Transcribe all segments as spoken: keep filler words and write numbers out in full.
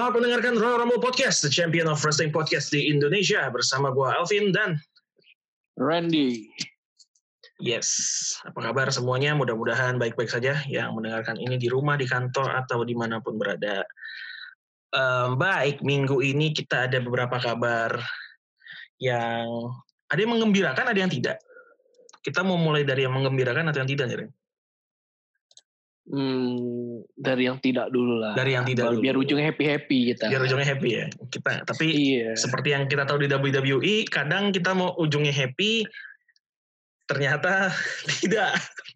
Selamat mendengarkan Royal Rumble Podcast, the champion of wrestling podcast di Indonesia. Bersama gue Alvin dan Randy. Yes, apa kabar semuanya? Mudah-mudahan baik-baik saja yang mendengarkan ini di rumah, di kantor, atau dimanapun berada. Um, baik, minggu ini kita ada beberapa kabar yang ada yang menggembirakan, ada yang tidak. Kita mau mulai dari yang menggembirakan atau yang tidak, nih? Hmm, dari yang tidak dulu lah. Dari yang tidak biar, dulu. Biar ujungnya happy-happy kita. Biar ujungnya happy ya. Kita, tapi iya. Seperti yang kita tahu di W W E, kadang kita mau ujungnya happy, ternyata tidak.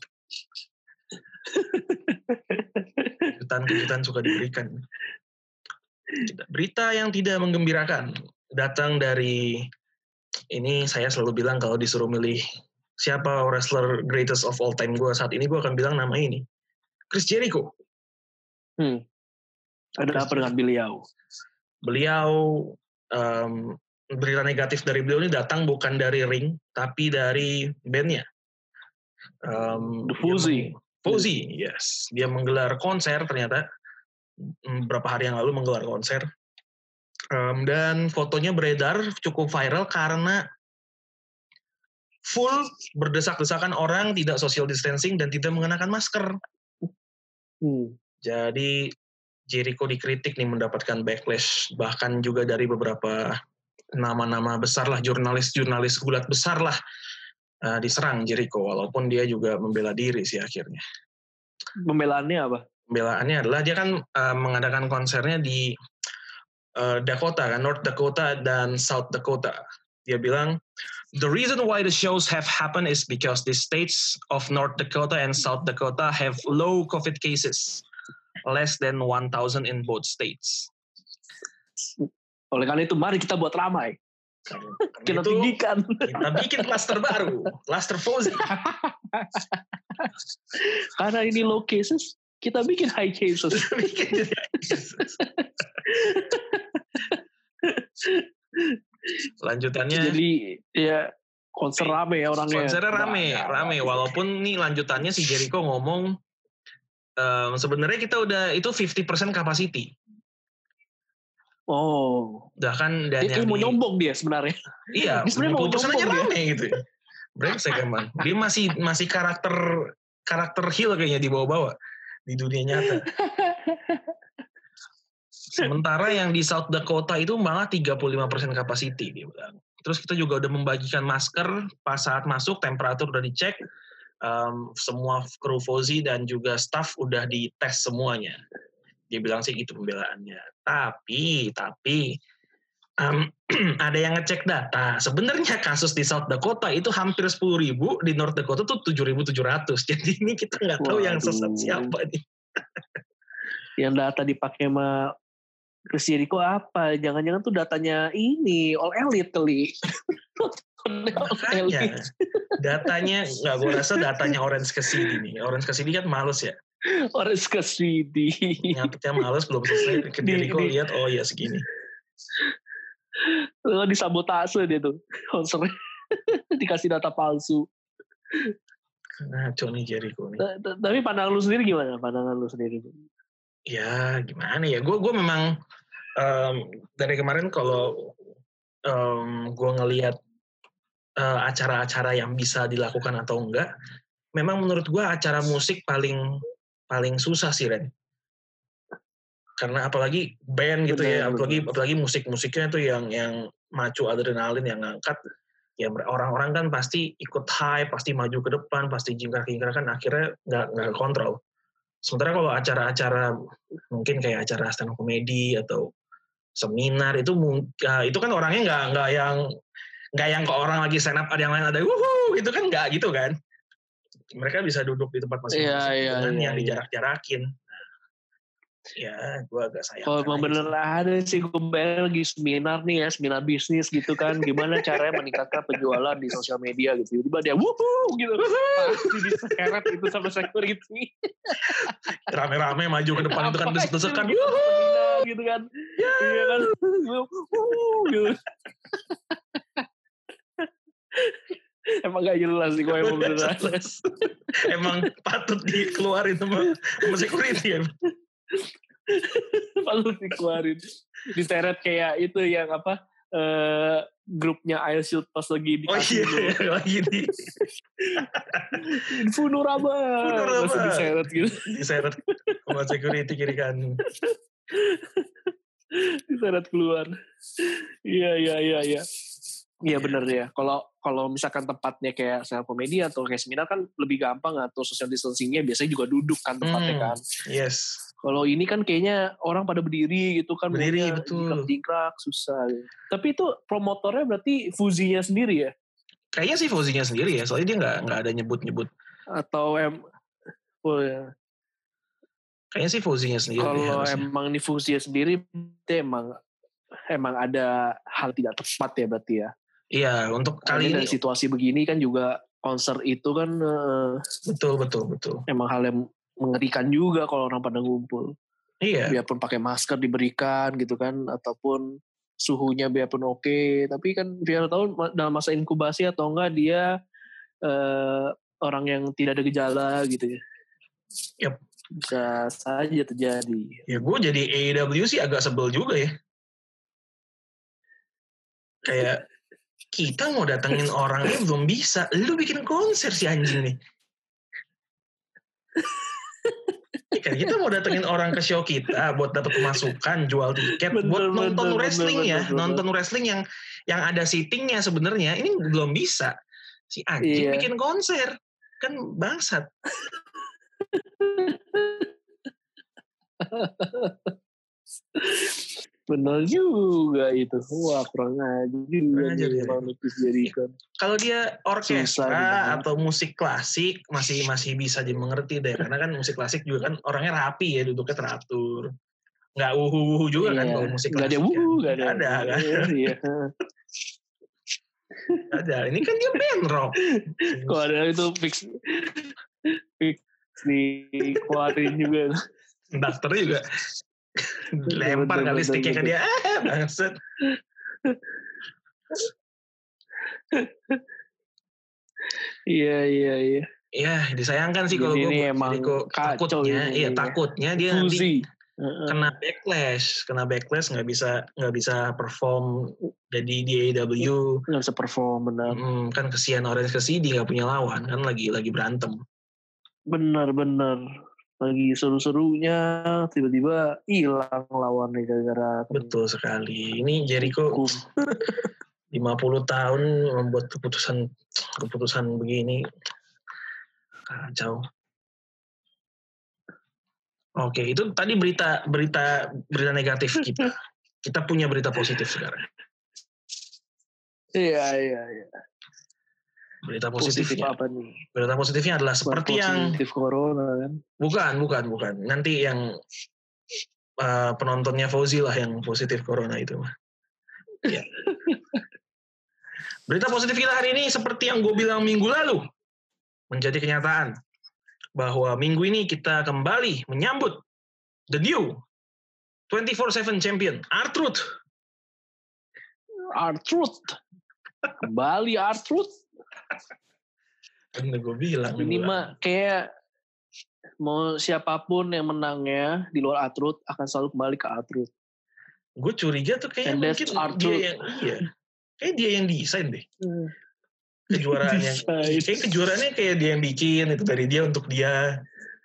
Kejutan-kejutan suka diberikan. Berita yang tidak menggembirakan datang dari, ini saya selalu bilang kalau disuruh milih siapa wrestler greatest of all time gue saat ini, gue akan bilang nama ini. Chris Jericho. Hmm. Ada apa dengan beliau? Beliau, um, berita negatif dari beliau ini datang bukan dari ring, tapi dari bandnya. Um, The Fuzzy. Fuzzy, yes. Dia menggelar konser ternyata, beberapa hari yang lalu menggelar konser. Um, dan fotonya beredar cukup viral karena full berdesak-desakan orang, tidak social distancing, dan tidak mengenakan masker. Hmm. Jadi Jericho dikritik nih, mendapatkan backlash, bahkan juga dari beberapa nama-nama besar lah, jurnalis-jurnalis gulat besar lah, uh, diserang Jericho, walaupun dia juga membela diri sih akhirnya. Pembelaannya apa? Pembelaannya adalah dia kan uh, mengadakan konsernya di uh, Dakota kan, North Dakota dan South Dakota. Dia bilang, the reason why the shows have happened is because the states of North Dakota and South Dakota have low COVID cases, less than one thousand in both states. Oleh karena itu, mari kita buat ramai. Karena, karena kita itu, tinggikan. Kita bikin klaster baru, klaster Fuzzy. Karena ini low cases, kita bikin high cases. bikin high cases. Lanjutannya. Jadi ya konser rame ya orangnya. Konsernya rame, nah, rame. Walaupun nih lanjutannya si Jericho ngomong, um, sebenarnya kita udah itu fifty percent capacity. Oh, udah kan, dan dia yang mau di, nyombong dia sebenarnya. Iya, sebenarnya mau nyombong aja dia. Rame gitu. Brengsek emang. Dia masih masih karakter karakter heel kayaknya dibawa-bawa di dunia nyata. Sementara yang di South Dakota itu malah tiga puluh lima persen capacity dia bilang. Terus kita juga udah membagikan masker pas saat masuk, temperatur udah dicek, um, semua kru Fuzzy dan juga staff udah dites semuanya. Dia bilang sih itu pembelaannya. Tapi, tapi um, ada yang ngecek data. Sebenarnya kasus di South Dakota itu hampir sepuluh ribu, di North Dakota tuh tujuh ribu tujuh ratus. Jadi ini kita nggak tahu Waduh. yang sesat siapa nih. Yang data dipakai sama Chris Jericho apa? Jangan-jangan tuh datanya ini All Elite kali. Makanya, datanya nggak, gue rasa datanya Orange Cassidy nih. Orange Cassidy kan males ya. Orange Cassidy. Nyatanya males, belum selesai. Ke Jericho lihat, oh ya segini. Lo disabotase dia tuh konsernya. Dikasih data palsu. Ngaco nih Jericho nih. Tapi pandangan lu sendiri gimana? Pandangan lu sendiri? Ya gimana ya, gue gue memang um, dari kemarin kalau um, gue ngelihat uh, acara-acara yang bisa dilakukan atau enggak, memang menurut gue acara musik paling paling susah sih Ren, karena apalagi band gitu bener, ya, apalagi bener. apalagi musik-musiknya tuh yang yang macu adrenalin, yang ngangkat, ya orang-orang kan pasti ikut hype, pasti maju ke depan, pasti jingkrak-jingkrak, kan akhirnya nggak nggak kontrol. Sementara kalau acara-acara mungkin kayak acara stand up comedy atau seminar itu uh, itu kan orangnya nggak nggak yang nggak yang ke orang lagi stand up ada yang lain ada wuhu itu kan nggak gitu kan. Mereka bisa duduk di tempat masing-masing yeah, yeah, dengan yeah, yang yeah. dijarak-jarakin. Ya, gue agak sayang. Kalau memang bener ada sih, gue bayar lagi seminar nih ya, seminar bisnis gitu kan, gimana caranya meningkatkan penjualan di sosial media gitu. Tiba-tiba dia wuhuu gitu, pasti diseret itu sama security. Rame-rame maju ke depan itu kan desek-desekan, wuhuu gitu kan. Iya kan, wuhuu gitu. Emang gak jelas sih, gue emang bener Emang patut dikeluarin sama, sama security ya. Lalu dikeluarin. Diseret kayak itu yang apa, uh, grupnya Ice Shield pas lagi di oh kasino. iya, lagi di Funuraba. Funuraba. Langsung diseret gitu. Diseret sama security kiri kanan. Diseret keluar. Iya, iya, iya, iya. Iya benar ya. Kalau kalau misalkan tempatnya kayak stand up comedy atau kayak seminar kan lebih gampang, atau social distancingnya biasanya juga duduk kan tempatnya Hmm, kan. yes. Kalau ini kan kayaknya orang pada berdiri gitu kan, Berdiri betul. jingkrak-jingkrak susah. Tapi itu promotornya berarti Fuzinya sendiri ya? Kayaknya sih Fuzinya sendiri ya, soalnya dia nggak nggak ada nyebut-nyebut. Atau em, oh ya. Kayaknya sih Fuzinya sendiri. Kalau emang ini Fuzinya sendiri, itu emang emang ada hal tidak tepat ya berarti ya. Iya, untuk kali ini ini dari situasi begini kan juga konser itu kan uh, betul betul betul. Emang hal yang mengerikan juga kalau orang pada ngumpul. Iya. Biarpun pakai masker diberikan gitu kan, ataupun suhunya biarpun oke, okay, tapi kan biar tahu dalam masa inkubasi atau enggak dia uh, orang yang tidak ada gejala gitu ya. Yep. Bisa saja terjadi. Ya gue jadi A E W sih agak sebel juga ya. Kayak kita mau datengin orangnya belum bisa, lu bikin konser si anjing nih. Kan kita mau datengin orang ke show kita buat dapat pemasukan, jual tiket, bener, buat nonton bener, wrestling bener, ya, bener, nonton bener. wrestling yang yang ada seatingnya sebenarnya. Ini belum bisa. Si anjing iya. bikin konser, kan bangsat. Benar juga itu. Wah, kurang aja juga dijadikan. Kalau dia orkestra atau musik klasik masih masih bisa dimengerti deh, karena kan musik klasik juga kan orangnya rapi ya, duduknya teratur. Nggak uhu-uhu juga iya. kan kalau musik klasik. Nggak ada uhu, nggak kan. ada. ada kan. Iya. ada. Ini kan dia band rock. Kalau ada itu fix fix dikeluarin juga. Dokter juga lempar kali sticknya ke dia, ah bangsat. Iya iya iya. Ya disayangkan sih kalau gue jadi kok takutnya, iya takutnya dia nanti kena backlash, kena backlash nggak bisa nggak bisa perform jadi di A E W. Nggak bisa perform benar. Hmm, kan kesian Orange Cassidy nggak punya lawan kan lagi lagi berantem. Benar benar. Lagi seru-serunya tiba-tiba hilang lawannya gara-gara betul sekali. Ini Jericho lima puluh tahun membuat keputusan keputusan begini kacau. Oke, itu tadi berita berita berita negatif kita. Kita punya berita positif sekarang. Iya iya iya. Berita positifnya. Positif apa nih? Berita positifnya adalah seperti positif yang positif corona kan? Bukan, bukan, bukan. Nanti yang uh, penontonnya Fauzi lah yang positif corona itu mah. Ya. Berita positif kita hari ini seperti yang gue bilang minggu lalu menjadi kenyataan bahwa minggu ini kita kembali menyambut the new twenty-four seven champion R-Truth. R-Truth. Kembali R-Truth. Kan gue bilang ini mah kayak mau siapapun yang menangnya di luar R-Truth akan selalu kembali ke R-Truth. Gue curiga tuh kayaknya mungkin dia yang iya. Kayak dia yang desain deh. Hmm. Kejuaraannya. Kayak kejuaraannya kayak dia yang bikin itu dari dia untuk dia.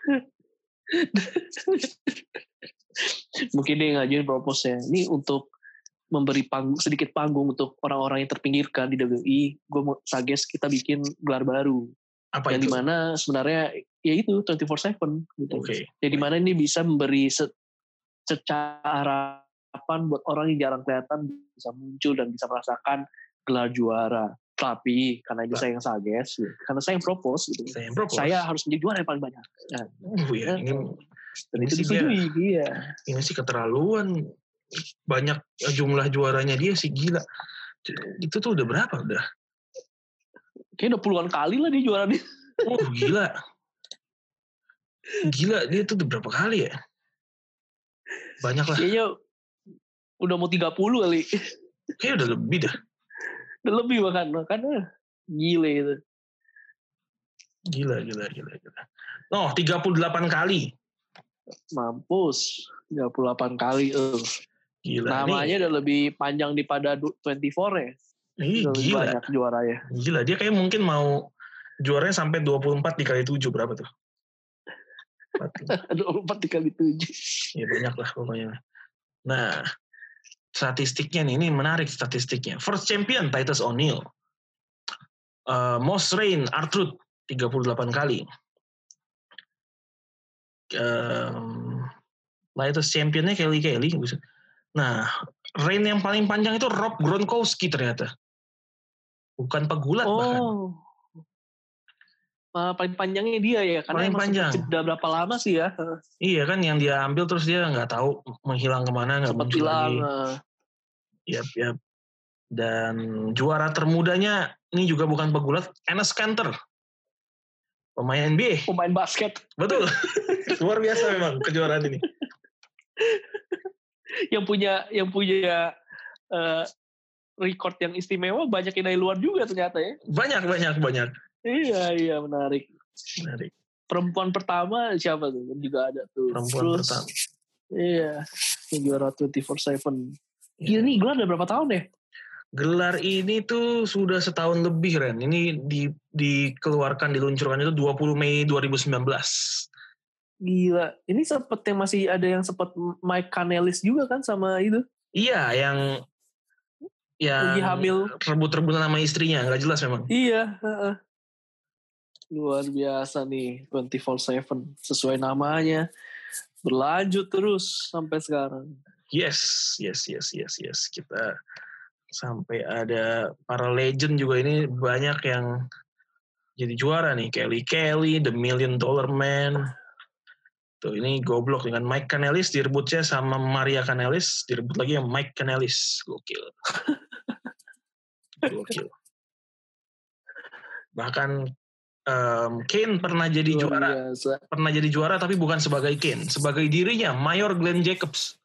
Mungkin dia ngajuin proposnya. Ini untuk memberi panggung, sedikit panggung untuk orang-orang yang terpinggirkan di W W E. Gue mau suggest kita bikin gelar baru. Apa yang itu? Dimana sebenarnya ya itu twenty-four seven gitu. Okay. Jadi dimana ini bisa memberi se- secara harapan buat orang yang jarang kelihatan bisa muncul dan bisa merasakan gelar juara. Tapi karena ini nah. saya yang suggest, karena saya yang propose gitu. Saya, yang propose. Saya harus menjadi juara yang paling banyak. Nah, uh, ya, ini, dan ini itu disetujui dia. Ini sih keterlaluan. Banyak jumlah juaranya dia sih gila. Itu tuh udah berapa udah? Kayaknya udah puluhan kali lah dia juara nih. Oh gila. Gila dia tuh udah berapa kali ya? Banyak lah. Kayaknya udah mau tiga puluh kali. Kayaknya udah lebih dah. Udah lebih bahkan. Makanya gila itu. Gila, gila, gila. gila. Oh, tiga puluh delapan kali. Mampus. tiga puluh delapan kali. Uh. Gila. Namanya nih. udah lebih panjang daripada dua puluh empat ya. Ih, udah lebih gila. banyak juaranya. Gila, dia kayak mungkin mau juaranya sampai dua puluh empat dikali tujuh, berapa tuh? dua puluh empat dikali tujuh. Ya banyak lah pokoknya. Nah, statistiknya nih, ini menarik statistiknya. First champion, Titus O'Neil. Uh, most reign, R-Truth, tiga puluh delapan kali. Um, latest championnya Kelly Kelly. Nah, reign yang paling panjang itu Rob Gronkowski ternyata. Bukan pegulat oh. bahkan. Uh, paling panjangnya dia ya, karena paling emang panjang. Jeda berapa lama sih ya? Iya kan, yang dia ambil terus dia nggak tahu menghilang kemana, nggak muncul hilang, lagi. Uh. Yap, yap. Dan juara termudanya ini juga bukan pegulat, Enes Kanter, pemain N B A. Pemain basket. Betul. Luar biasa memang kejuaraan ini. yang punya yang punya uh, record yang istimewa banyak yang dari luar juga ternyata ya. Banyak, banyak, banyak. Iya, iya, menarik. Menarik. Perempuan pertama siapa tuh? Juga ada tuh. Perempuan Terus, pertama. Iya, yang juara dua puluh empat tujuh. Gila nih, gelar udah berapa tahun ya? Gelar ini tuh sudah setahun lebih, Ren. Ini di, dikeluarkan, diluncurkan itu dua puluh Mei dua ribu sembilan belas. Gila, ini sempet yang masih ada yang sempet Mike Kanellis juga kan sama itu? Iya, yang yang lagi hamil, rebut-rebutan sama istrinya, nggak jelas memang. Iya, uh-uh. Luar biasa nih, dua puluh empat tujuh, sesuai namanya, berlanjut terus sampai sekarang. Yes, yes, yes, yes, yes. Kita sampai ada para legend juga ini banyak yang jadi juara nih. Kelly Kelly, The Million Dollar Man. Tuh, ini goblok dengan Mike Kanellis, direbutnya sama Maria Kanellis, direbut lagi sama Mike Kanellis. Gokil. Gokil. Bahkan um, Kane pernah jadi Luar juara. biasa. Pernah jadi juara tapi bukan sebagai Kane, sebagai dirinya, Mayor Glenn Jacobs.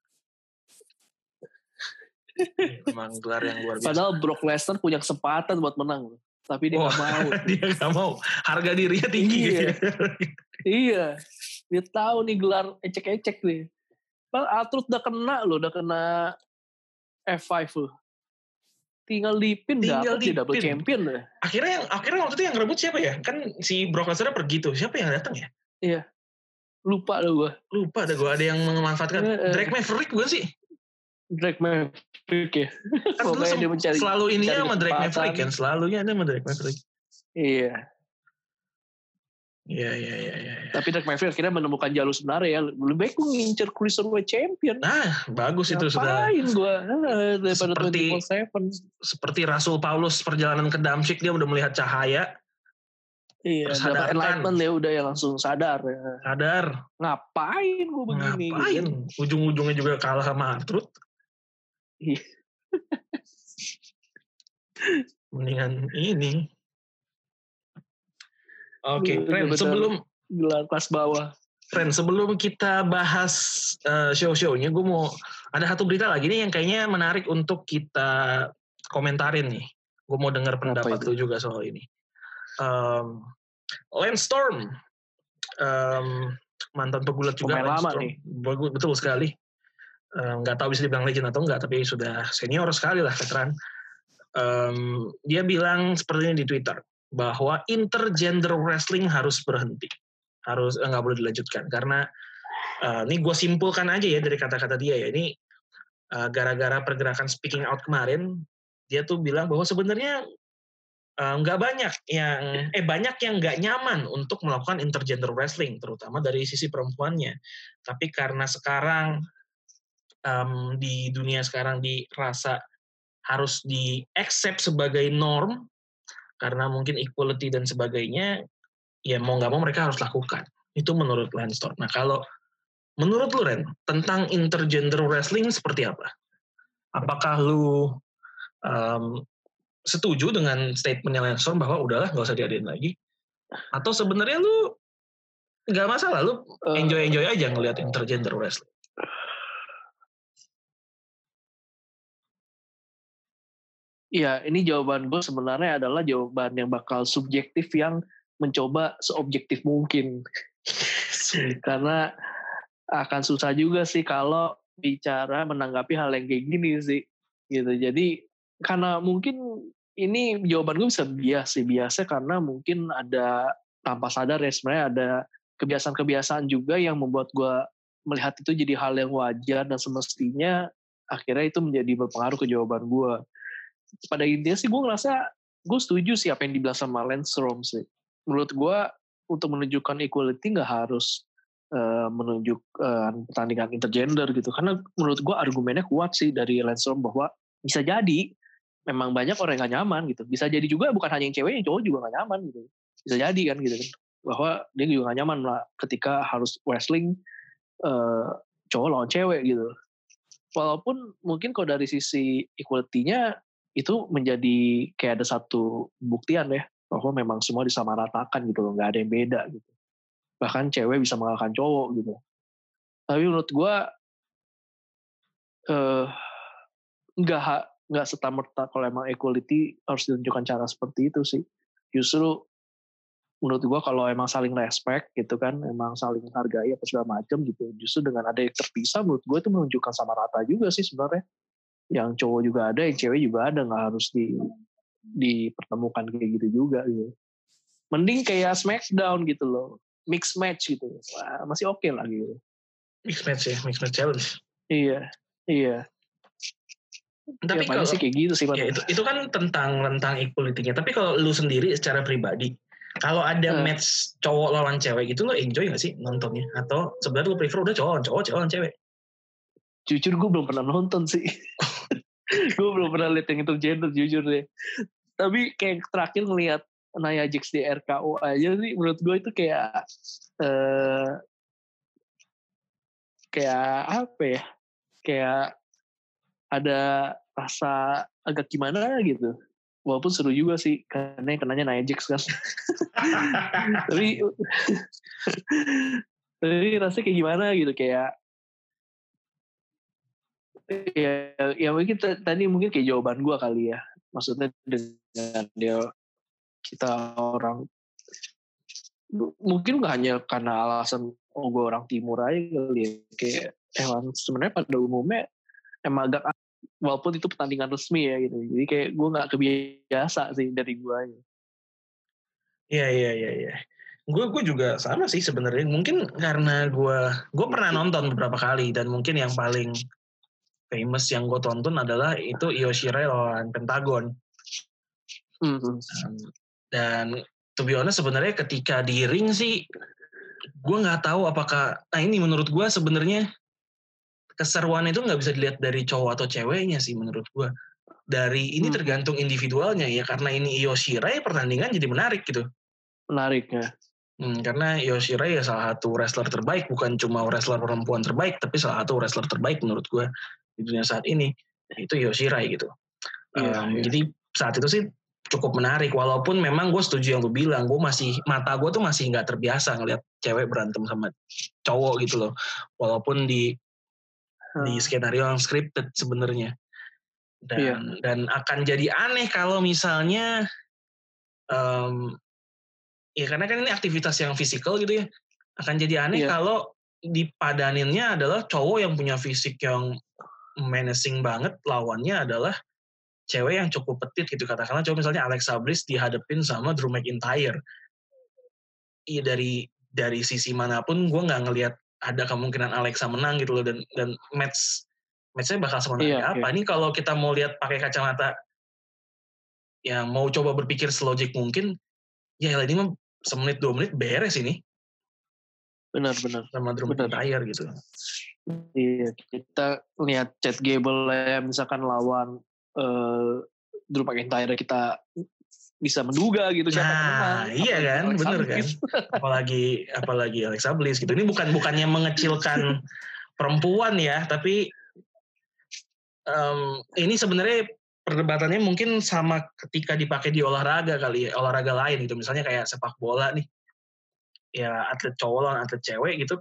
Memang gelar yang luar biasa. Padahal Brock Lesnar punya kesempatan buat menang, tapi dia nggak oh, mau. Dia nggak mau. Harga dirinya tinggi. Iya. Gitu. Iya. Dia tahu nih gelar ecek-ecek nih. Padahal R-Truth udah kena loh, udah kena F lima loh. Tinggal dipin dapat dia double champion deh. Akhirnya yang akhirnya waktu itu yang ngerebut siapa ya? Kan si Brock Lesnar pergi tuh. Siapa yang datang ya? Iya. Lupa dah gue. Lupa dah gue. Ada yang memanfaatkan. Uh, uh. Drake Maverick bukan sih? Drake Maverick ya. Kan dulu sem- mencari, selalu ini sama Drake Maverick kan. Selalunya ada sama Drake Maverick. Iya. Iya, iya, iya. Ya. Tapi Drake Maverick akhirnya menemukan jalur sebenarnya ya. Lebih baik gue ngincer Cruiserweight Champion. Nah, bagus Ngapain itu sudah. Ngapain gue nah, daripada seperti, dua puluh empat tujuh. Seperti Rasul Paulus perjalanan ke Damsyik, dia udah melihat cahaya. Iya, dapat enlightenment ya udah ya langsung sadar ya. Sadar. Ngapain gue begini? Ngapain? Gitu. Ujung-ujungnya juga kalah sama R-Truth. Iya. Mendingan ini. Oke, okay, Ren, sebelum gelar kelas bawah. Ren, sebelum kita bahas uh, show-shownya, gue mau ada satu berita lagi nih yang kayaknya menarik untuk kita komentarin nih. Gue mau dengar pendapat lu juga soal ini. Um, Lance Storm, um, mantan pegulat juga. Pemain lama nih. Betul sekali. Nggak um, tahu bisa dibilang legend atau enggak, tapi sudah senior sekali lah, veteran. Um, dia bilang seperti ini di Twitter, bahwa intergender wrestling harus berhenti, harus nggak boleh dilanjutkan karena uh, ini gue simpulkan aja ya dari kata-kata dia ya, ini uh, gara-gara pergerakan speaking out kemarin, dia tuh bilang bahwa sebenarnya nggak uh, banyak yang eh banyak yang nggak nyaman untuk melakukan intergender wrestling, terutama dari sisi perempuannya, tapi karena sekarang um, di dunia sekarang dirasa harus di-accept sebagai norm karena mungkin equality dan sebagainya, ya mau nggak mau mereka harus lakukan. Itu menurut Lance Storm. Nah kalau menurut lu Ren, tentang intergender wrestling seperti apa? Apakah lu um, setuju dengan statementnya Lance Storm bahwa udahlah nggak usah diadain lagi? Atau sebenarnya lu nggak masalah, lu enjoy-enjoy aja ngelihat intergender wrestling? Iya, ini jawaban gue sebenarnya adalah jawaban yang bakal subjektif yang mencoba seobjektif mungkin. Karena akan susah juga sih kalau bicara menanggapi hal yang kayak gini sih, gitu. Jadi karena mungkin ini jawaban gue bisa bias sih, biasnya karena mungkin ada tanpa sadar ya sebenarnya ada kebiasaan-kebiasaan juga yang membuat gue melihat itu jadi hal yang wajar dan semestinya akhirnya itu menjadi berpengaruh ke jawaban gue. Pada intinya sih gue ngerasa gue setuju sih apa yang dibilang sama Lance Storm sih. Menurut gue untuk menunjukkan equality nggak harus uh, menunjuk uh, pertandingan intergender gitu. Karena menurut gue argumennya kuat sih dari Lance Storm bahwa bisa jadi memang banyak orang yang gak nyaman gitu. Bisa jadi juga bukan hanya yang cewek, yang cowok juga gak nyaman gitu. Bisa jadi kan gitu kan. Bahwa dia juga gak nyaman lah ketika harus wrestling uh, cowok lawan cewek gitu. Walaupun mungkin kalau dari sisi equality-nya itu menjadi kayak ada satu buktian ya bahwa memang semua disamaratakan gitu loh, nggak ada yang beda gitu. Bahkan cewek bisa mengalahkan cowok gitu. Tapi menurut gue uh, nggak nggak serta-merta kalau emang equality harus ditunjukkan cara seperti itu sih. Justru menurut gue kalau emang saling respect gitu kan, emang saling menghargai apa segala macam gitu. Justru dengan ada yang terpisah menurut gue itu menunjukkan sama rata juga sih sebenarnya. Yang cowok juga ada, yang cewek juga ada, nggak harus di dipertemukan kayak gitu juga gitu. Mending kayak Smackdown gitu loh, mix match gitu. Wah, masih oke okay lah gitu. Mix match ya, mix match challenge. Iya, iya. Tapi ya, kalau sih kayak gitu sih, ya, itu, itu kan tentang tentang equality-nya. Tapi kalau lu sendiri secara pribadi, kalau ada uh. match cowok lawan cewek gitu, lo enjoy nggak sih nontonnya? Atau sebenarnya lu prefer udah cowok cowok cowok lawan cewek? Jujur gue belum pernah nonton sih. Gue belum pernah lihat yang intergender jujur deh. Tapi kayak terakhir ngelihat Nia Jax di R K O aja sih, menurut gue itu kayak uh, kayak apa ya? Kayak ada rasa agak gimana gitu. Walaupun seru juga sih, karena yang kenanya Nia Jax kan. tapi tapi rasanya kayak gimana gitu, kayak ya, ya mungkin tadi mungkin kayak jawaban gue kali ya. Maksudnya dengan dia kita orang mungkin nggak hanya karena alasan oh gue orang timur aja kali ya, kayak emang sebenarnya pada umumnya emang agak, walaupun itu pertandingan resmi ya gitu, jadi kayak gue nggak kebiasa sih dari gue. Iya iya iya iya. Gue gue juga sama sih sebenarnya. Mungkin karena gue gue pernah nonton beberapa kali dan mungkin yang paling famous yang gue tonton adalah itu Io Shirai lawan Pentagon. Mm-hmm. Um, dan to be honest sebenarnya ketika di ring sih gue nggak tahu apakah, nah ini menurut gue sebenarnya keseruan itu nggak bisa dilihat dari cowok atau ceweknya sih menurut gue. Dari ini hmm. tergantung individualnya ya, karena ini Io Shirai pertandingan jadi menarik gitu. Menarik ya. Hmm, karena Io Shirai ya salah satu wrestler terbaik, bukan cuma wrestler perempuan terbaik, tapi salah satu wrestler terbaik menurut gue di dunia saat ini, itu Io Shirai gitu. Iya, um, iya. Jadi saat itu sih cukup menarik, walaupun memang gue setuju yang lu bilang, gue masih, mata gue tuh masih nggak terbiasa ngeliat cewek berantem sama cowok gitu loh, walaupun di hmm. di skenario yang scripted sebenarnya. Dan iya. dan akan jadi aneh kalau misalnya um, ya karena kan ini aktivitas yang fisikal gitu ya, akan jadi aneh iya. kalau dipadaninnya adalah cowok yang punya fisik yang menacing banget, lawannya adalah cewek yang cukup petit gitu, katakanlah cowok misalnya Alexa Bliss dihadapin sama Drew McIntyre. Iya, dari dari sisi manapun gue nggak ngelihat ada kemungkinan Alexa menang gitu loh, dan dan match matchnya bakal semenarik iya, apa? Iya. Ini kalau kita mau lihat pakai kacamata, ya mau coba berpikir selogik mungkin, ya ini mah semenit dua menit beres ini. Benar-benar. Sama Drew McIntyre gitu. Iya, kita lihat Chad Gable ya, misalkan lawan uh, Drew McIntyre kita bisa menduga gitu siapa nah, yang menang. Iya kan, bener kan. apalagi apalagi Alexa Bliss gitu. Ini bukan bukannya mengecilkan perempuan ya, tapi um, ini sebenarnya perdebatannya mungkin sama ketika dipakai di olahraga kali ya, olahraga lain gitu. Misalnya kayak sepak bola nih, ya atlet cowok lawan atlet cewek gitu.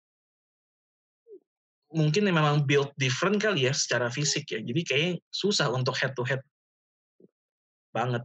Mungkin memang build different kali ya secara fisik ya. Jadi kayaknya susah untuk head to head banget.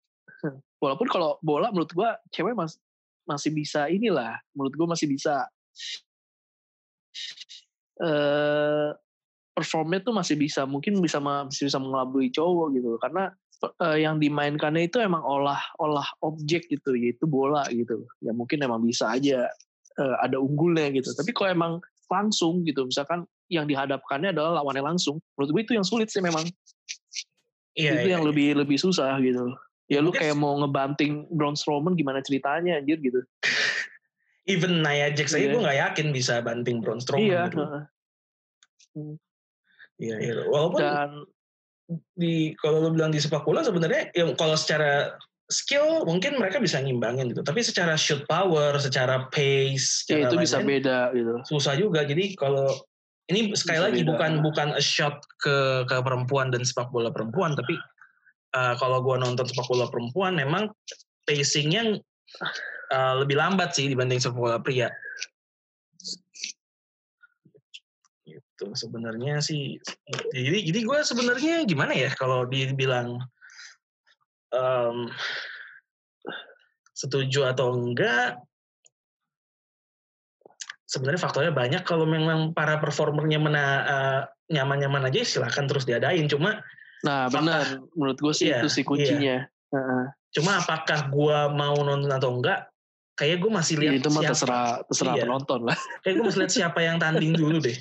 Walaupun kalau bola menurut gue cewek mas, masih bisa inilah, menurut gue masih bisa uh, performnya tuh masih bisa, mungkin bisa masih bisa mengelabui cowok gitu, karena uh, yang dimainkannya itu emang olah olah objek gitu, yaitu bola gitu. Ya mungkin emang bisa aja uh, ada unggulnya gitu. Tapi kalau emang langsung gitu, misalkan yang dihadapkannya adalah lawannya langsung, menurut gue itu yang sulit sih memang. Iya, itu iya, yang iya. lebih lebih susah gitu. Ya, ya lu kayak mau ngebanting Braun Strowman gimana ceritanya anjir gitu. Even Nia Jax aja gue gak yakin bisa banting Braun Strowman iya, gitu. Hmm. Iya, iya. Walaupun dan di kalau lu bilang di sepak bola sebenarnya ya kalau secara skill mungkin mereka bisa ngimbangin gitu. Tapi secara shoot power, secara pace, ya, secara itu bisa beda gitu. Susah juga. Jadi kalau ini sekali bisa lagi beda. bukan bukan a shot ke ke perempuan dan sepak bola perempuan, tapi uh, kalau gua nonton sepak bola perempuan memang pacingnya uh, lebih lambat sih dibanding sepak bola pria. Gitu sebenarnya sih. Jadi jadi gue sebenarnya gimana ya kalau dibilang um, setuju atau enggak? Sebenarnya faktornya banyak. Kalau memang para performernya mana, uh, nyaman-nyaman aja silahkan terus diadain. Cuma nah benar, menurut gue sih iya, itu sih kuncinya. Iya. Uh-huh. Cuma apakah gue mau nonton atau enggak? Kayak gue masih lihat ya, itu mah terserah, terserah iya. penonton lah. Kayak gue masih lihat siapa yang tanding dulu deh.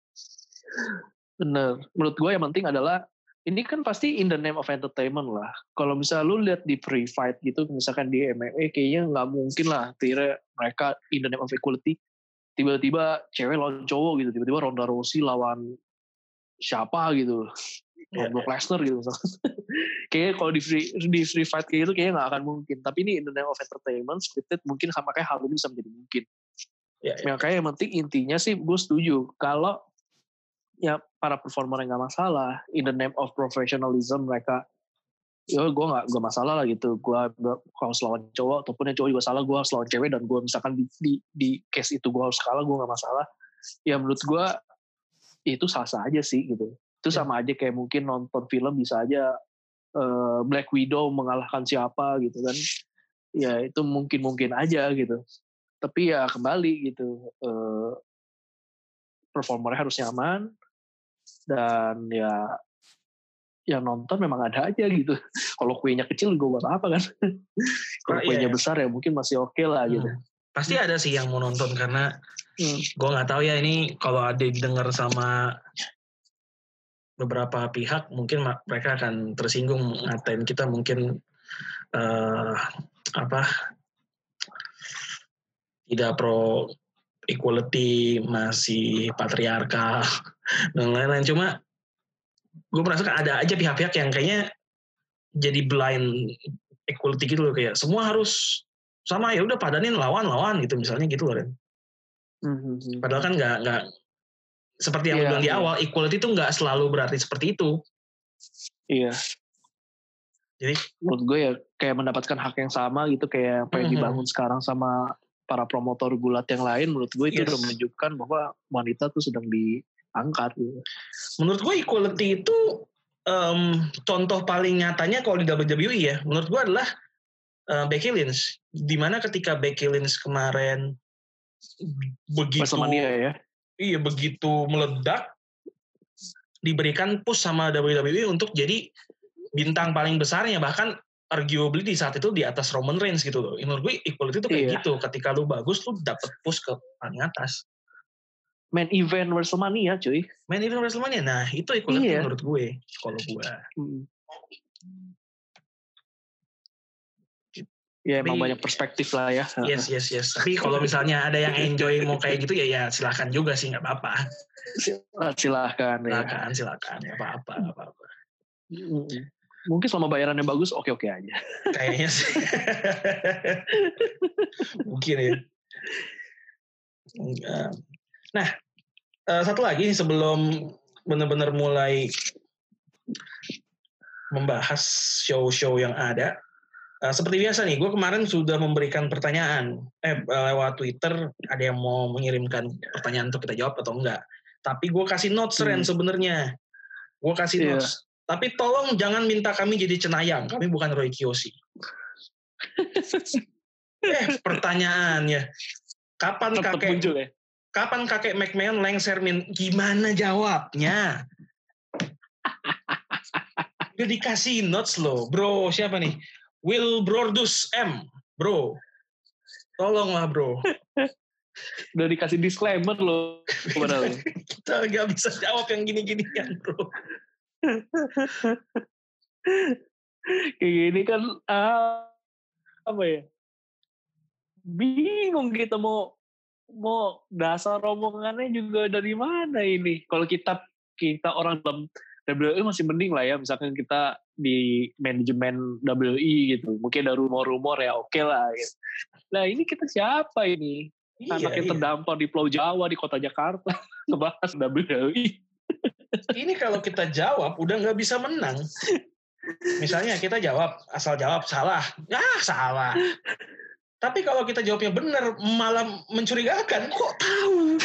Bener. Menurut gue yang penting adalah ini kan pasti in the name of entertainment lah. Kalau misalnya lu lihat di free fight gitu, misalkan di M M A kayaknya nggak mungkin lah. Tira mereka in the name of equality tiba-tiba cewek lawan cowok gitu, tiba-tiba Ronda Rousey lawan siapa gitu, lawan Brock Lesnar gitu misalnya. Kayaknya kalau di free di free fight kayak gitu kayaknya nggak akan mungkin. Tapi ini in the name of entertainment, scripted mungkin sama kayak hal ini bisa menjadi mungkin. Ya, ya. Makanya yang penting intinya sih gue setuju kalau ya para performer yang nggak masalah, in the name of professionalism mereka, ya gue nggak gue masalah lah gitu, gue kalau lawan cowok ataupun yang cowok juga salah, gue harus lawan cewek dan gue misalkan di, di di case itu gue harus kalah, gue nggak masalah. Ya menurut gue itu sah-sah aja sih gitu. Itu sama aja kayak mungkin nonton film bisa aja uh, Black Widow mengalahkan siapa gitu kan, ya itu mungkin-mungkin aja gitu. Tapi ya kembali gitu, uh, performernya harus nyaman. Dan ya yang nonton memang ada aja gitu. Kalau kuenya kecil gue buat apa kan. Kalau kuenya iya, besar ya mungkin masih oke okay lah hmm. gitu. Pasti ada sih yang mau nonton karena hmm. gue nggak tahu ya ini kalau ada didengar sama beberapa pihak mungkin mereka akan tersinggung ngatain kita mungkin uh, apa tidak pro equality, masih patriarkal dan lain-lain. Cuma gue merasa ada aja pihak-pihak yang kayaknya jadi blind equality gitu loh, kayak semua harus sama, ya udah padanin lawan-lawan gitu misalnya gitu loh Ren. Mm-hmm. Padahal kan nggak nggak seperti yang yeah, lu bilang di yeah. awal, equality itu nggak selalu berarti seperti itu. Iya. Jadi menurut gue ya kayak mendapatkan hak yang sama gitu, kayak apa yang mm-hmm. dibangun sekarang sama para promotor gulat yang lain, menurut gue itu yes. udah menunjukkan bahwa wanita tuh sedang diangkat gitu. Menurut gue equality itu um, contoh paling nyatanya kalau di W W E ya, menurut gue adalah uh, Becky Lynch. Dimana ketika Becky Lynch kemarin begitu WrestleMania ya, iya begitu meledak, diberikan push sama W W E untuk jadi bintang paling besarnya, bahkan arguably di saat itu di atas Roman Reigns gitu loh. Menurut gue equality itu kayak iya. gitu, ketika lu bagus lu dapet push ke paling atas. Main event WrestleMania cuy. Main event WrestleMania, nah itu equality iya. menurut gue, kalau gue. Hmm. Ya emang banyak perspektif lah ya. Yes, yes, yes. Tapi kalau misalnya ada yang enjoy mau kayak gitu ya ya silahkan juga sih, nggak apa-apa. Silahkan. Silakan, ya. silakan, nggak apa-apa, nggak apa-apa. Hmm. Mungkin selama bayarannya bagus, oke-oke aja. Kayaknya sih. Mungkin ya. Nah, satu lagi sebelum benar-benar mulai membahas show-show yang ada. Seperti biasa nih, gue kemarin sudah memberikan pertanyaan. Eh, lewat Twitter, ada yang mau mengirimkan pertanyaan untuk kita jawab atau enggak. Tapi gue kasih notes, Ren, hmm. sebenarnya. Gue kasih yeah. notes. Tapi tolong jangan minta kami jadi cenayang. Kami bukan Roy Kiyoshi. eh, pertanyaannya. Kapan Tetap kakek muncul, ya? kapan kakek McMahon lengser min? Gimana jawabnya? Udah dikasih notes loh, bro. Siapa nih? Will Brodus M, bro. Tolonglah, bro. Udah dikasih disclaimer loh. Padahal. Kita nggak bisa jawab yang gini-ginian, bro. Kayak gini kan ah, apa ya? Bingung kita mau mau dasar omongannya juga dari mana ini. Kalau kita kita orang dalam W W E masih mending lah ya, misalkan kita di manajemen W W E gitu, mungkin ada rumor-rumor ya oke okay lah gitu. Nah ini kita siapa ini? Iya, Anaknya iya. terdampar di Pulau Jawa, di kota Jakarta, ngebahas W W E. Ini kalau kita jawab udah nggak bisa menang. Misalnya kita jawab, asal jawab salah, ya salah. Tapi kalau kita jawabnya benar, malah mencurigakan. Kok tahu?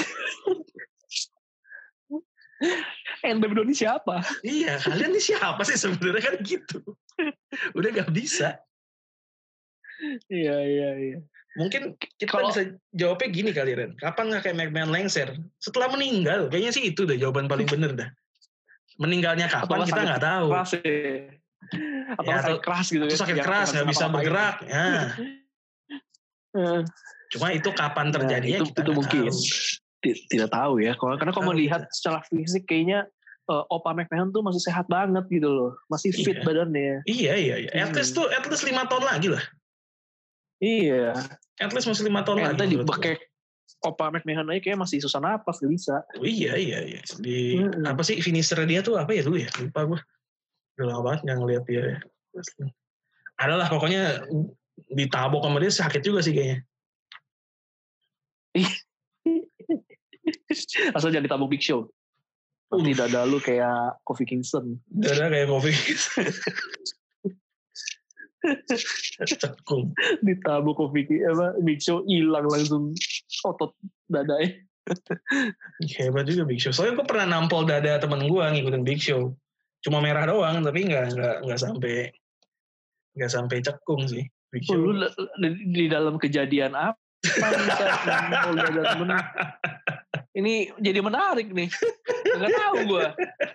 Yang W W E ini siapa? Iya, kalian ini siapa sih sebenarnya kan gitu. Udah nggak bisa. Iya, iya, iya. Mungkin kita Kalau- bisa jawabnya gini kali, Ren. Kapan nggak kayak McMahon lengser? Setelah meninggal. Kayaknya sih itu deh jawaban paling bener dah. Meninggalnya kapan Atau kita sakit nggak tahu. Keras ya. Atau Ya, sakit atau- keras gitu Itu ya. sakit Yang keras, nggak bisa ngapa-ngapain. bergerak. Ya. Eh, Cuma itu kapan nah, terjadinya itu, kita itu nggak mungkin. tahu. Ti- Tidak tahu ya. Kalau- Karena kalau Tahu melihat kita. secara fisik kayaknya eh, Opa McMahon tuh masih sehat banget gitu loh. Masih fit Iya. badannya. Iya, iya, iya. At Hmm. least tuh, at least lima tahun lagi lah. Iya. At least masih lima tahun Eh, lagi. tadi menurut gue. pakai Opa McMahon aja kayak masih susah napas, gak bisa. Oh, iya, iya, iya. Di, Mm-mm. apa sih finisher dia tuh apa ya dulu ya? Lupa gue. Udah lama banget nggak ngeliat dia. Ya. Adalah pokoknya ditabok sama dia sakit juga sih kayaknya. Asal jangan ditabuk Big Show. Nanti dada lu kayak Kofi Kingston. Dada kayak kopi. Cekung. Ditabuk Kofi apa Big Show hilang langsung otot dadanya. Hebat juga Big Show. Soalnya gue pernah nampol dada temen gue ngikutin Big Show. Cuma merah doang, tapi nggak nggak nggak sampai nggak sampai cekung sih. Big Oh, Show. lu di, di dalam kejadian apa? Bisa nampol dada temen. Ini jadi menarik nih. Nggak tahu gue.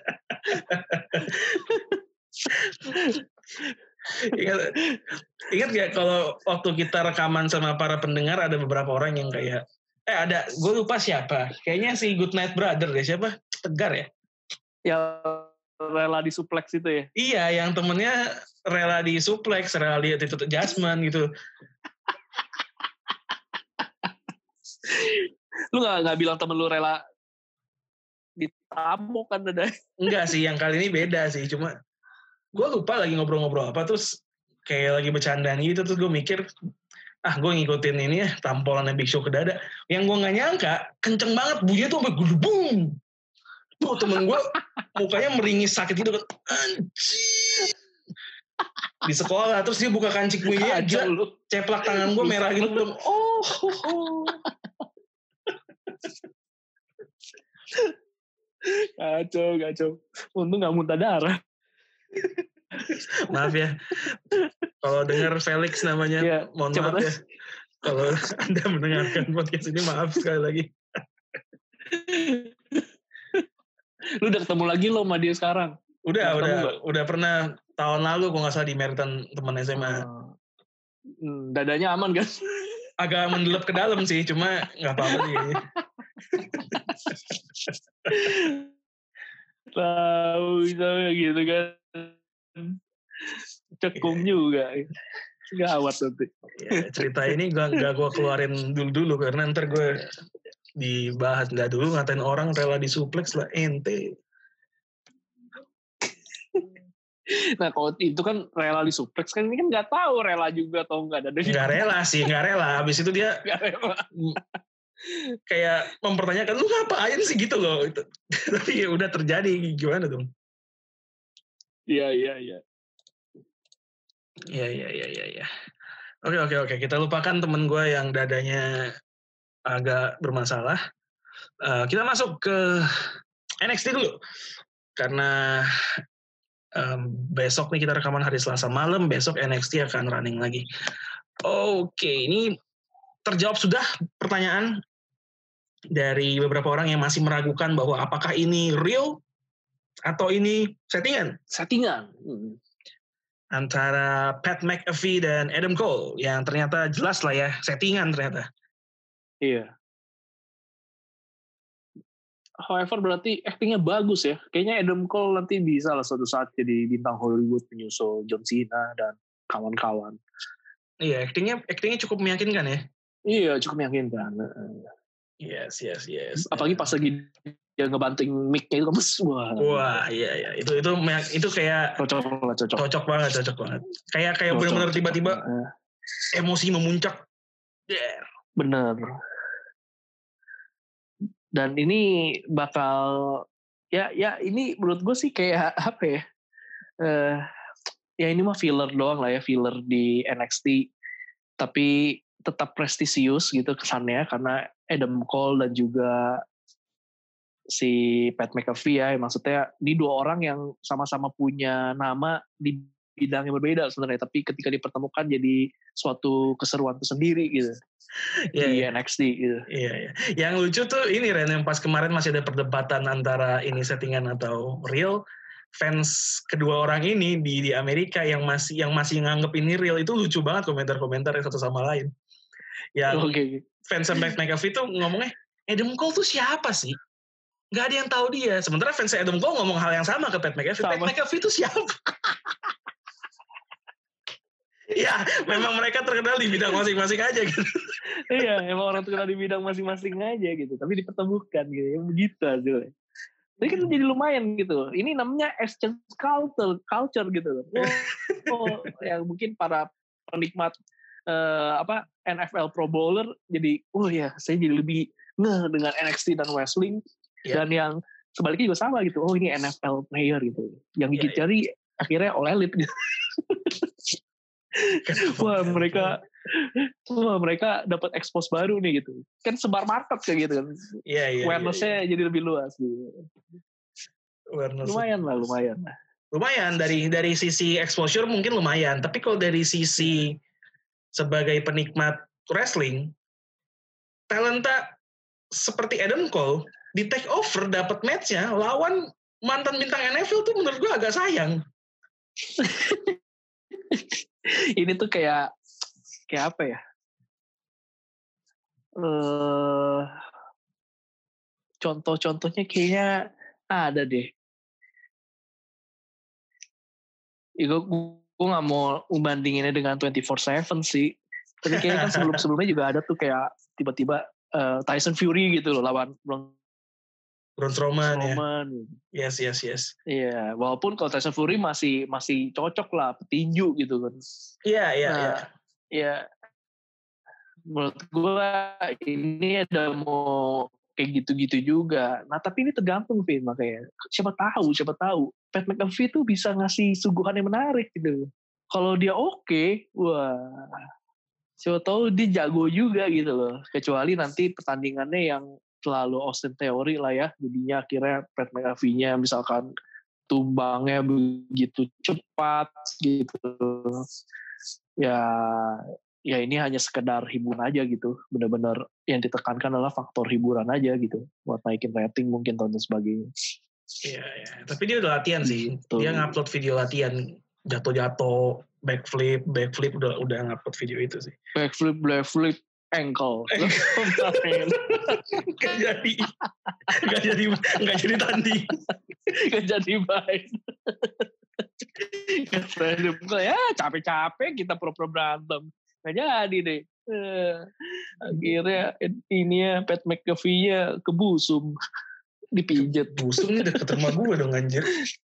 Ingat, ingat gak kalau waktu kita rekaman sama para pendengar ada beberapa orang yang kayak eh ada gue lupa siapa kayaknya si Goodnight Brother deh siapa Tegar ya Yang rela di suplex itu ya. iya yang temennya rela di suplex rela di attitude adjustment gitu. Lu gak, gak bilang temen lu rela ditabok kan dada. Enggak sih yang kali ini beda sih cuma gue lupa lagi ngobrol-ngobrol apa terus kayak lagi bercandaan gitu terus gue mikir ah gue ngikutin ini ya tampolannya Big Show ke dada yang gue nggak nyangka kenceng banget bunyinya tuh sampai gedubung tuh temen gue mukanya meringis sakit gitu kan anjing di sekolah terus dia buka kancing bunyinya Kacau gila lu. ceplak tangan gue merah gitu belum oh, oh, oh. Kacau, kacau. Untung gak muntah darah. Maaf ya kalau dengar Felix namanya Ya, mohon coba maaf ya kalau Anda mendengarkan podcast ini maaf sekali lagi. Lu udah ketemu lagi lo sama dia sekarang? Udah, Ketemu udah, gak? udah pernah tahun lalu kalau nggak salah di Meritan teman S M A. Hmm, dadanya aman kan? Agak mendelep ke dalam sih, cuma nggak apa-apa sih. Tahu bisa gitu kan. Cekung juga. Gawat nanti. Ya, cerita ini gak, gak gue keluarin dulu-dulu karena ntar gue dibahas nggak dulu ngatain orang rela di suplex lah ente. Nah kalau itu kan rela di suplex kan ini kan nggak tahu rela juga atau nggak ada. Nggak rela sih, nggak rela. Habis itu dia Nggak rela. kayak mempertanyakan lu ngapain sih gitu loh. Tapi ya udah terjadi gimana dong? Iya iya iya. Iya iya iya iya. Ya. Oke oke oke kita lupakan temen gue yang dadanya agak bermasalah. Uh, kita masuk ke N X T dulu karena um, besok nih kita rekaman hari Selasa malam, besok N X T akan running lagi. Oke, ini terjawab sudah pertanyaan dari beberapa orang yang masih meragukan bahwa apakah ini real atau ini settingan. Settingan. Hmm. Antara Pat McAfee dan Adam Cole yang ternyata jelas lah ya settingan ternyata. Iya. However berarti actingnya bagus ya. Kayaknya Adam Cole nanti bisa lah suatu saat jadi bintang Hollywood menyusul John Cena dan kawan-kawan. Iya, actingnya actingnya cukup meyakinkan ya. Iya, cukup meyakinkan. Yes, yes, yes. Apalagi pas lagi dia ngebanting mic-nya itu, wah. Wah, iya, iya. Itu itu itu kayak cocok banget, cocok. Cocok banget, cocok banget. Kayak kayak benar-benar tiba-tiba uh. emosi memuncak. Yeah. Bener. Dan ini bakal ya ya ini menurut gue sih kayak apa ya? Uh, ya ini mah filler doang lah ya, filler di N X T. Tapi tetap prestisius gitu kesannya karena Adam Cole dan juga si Pat McAfee ya, maksudnya ini dua orang yang sama-sama punya nama di bidang yang berbeda sebenarnya, tapi ketika dipertemukan jadi suatu keseruan tersendiri gitu yeah, di yeah. N X T gitu. Iya, yeah, yeah. Yang lucu tuh ini Ren, yang pas kemarin masih ada perdebatan antara ini settingan atau real. Fans kedua orang ini di di Amerika yang masih yang masih nganggep ini real itu lucu banget komentar-komentar satu sama lain. Yang okay. fans Pat McAfee tuh ngomongnya Adam Cole tuh siapa sih? Gak ada yang tahu dia. Sementara fans Adam Cole ngomong hal yang sama ke Pat McAfee. Sama. Pat McAfee itu siapa? Ya, memang mereka terkenal di bidang masing-masing aja gitu. Iya, emang orang terkenal di bidang masing-masing aja gitu. Tapi dipertemukan gitu. Ya begitu hasilnya. Jadi kan jadi lumayan gitu. Ini namanya exchange culture, culture gitu. Oh, oh yang mungkin para penikmat uh, apa N F L Pro Bowler jadi, oh ya, saya jadi lebih ngeh dengan N X T dan wrestling. Yeah. Dan yang sebaliknya juga sama gitu. Oh ini N F L player gitu. Yang gigit yeah, jari yeah. akhirnya all elite gitu. Wah mereka, wah mereka dapat expose baru nih gitu. Kan sebar market kayak gitu kan. Iya iya. Awareness-nya yeah, yeah. jadi lebih luas gitu. Lumayan lah, lumayan lah. Lumayan dari dari sisi exposure mungkin lumayan. Tapi kalau dari sisi sebagai penikmat wrestling, talenta seperti Adam Cole di take over dapat match-nya lawan mantan bintang N F L tuh menurut gue agak sayang. Ini tuh kayak kayak apa ya? Uh, contoh-contohnya kayaknya ada deh. Ya, gue gue nggak mau membandinginnya dengan twenty-four seven sih. Tapi kayaknya kan sebelum-sebelumnya juga ada tuh kayak tiba-tiba uh, Tyson Fury gitu loh lawan Braun Strowman, Strowman. Ya. Yes, yes, yes. Iya, walaupun kalau Tyson Fury masih masih cocok lah petinju gitu kan. Iya, iya, nah, iya. Iya. Menurut gue ini ada mau kayak gitu-gitu juga. Nah, tapi ini tergantung Vin makanya. Siapa tahu, siapa tahu Pat McAfee tuh bisa ngasih suguhan yang menarik gitu. Kalau dia oke, okay, wah. Siapa tahu dia jago juga gitu loh. Kecuali nanti pertandingannya yang selalu Austin Theory lah ya, jadinya akhirnya Pat McAfee-nya misalkan tumbangnya begitu cepat gitu, ya ya ini hanya sekedar hiburan aja gitu, benar-benar yang ditekankan adalah faktor hiburan aja gitu, buat naikin rating mungkin dan sebagainya. Iya, ya. Tapi dia udah latihan sih, gitu. Dia ngupload video latihan jatuh-jatuh, backflip, backflip udah udah ngupload video itu sih. Backflip, backflip. Ankle, gak jadi, gak jadi, gak jadi tanding, gak jadi baik. Ya capek-capek kita pura-pura berantem, gak jadi deh. Akhirnya ini ya Pat McAfee-nya kebusum, dipijet. Busum nih deket rumah gue dong anjir.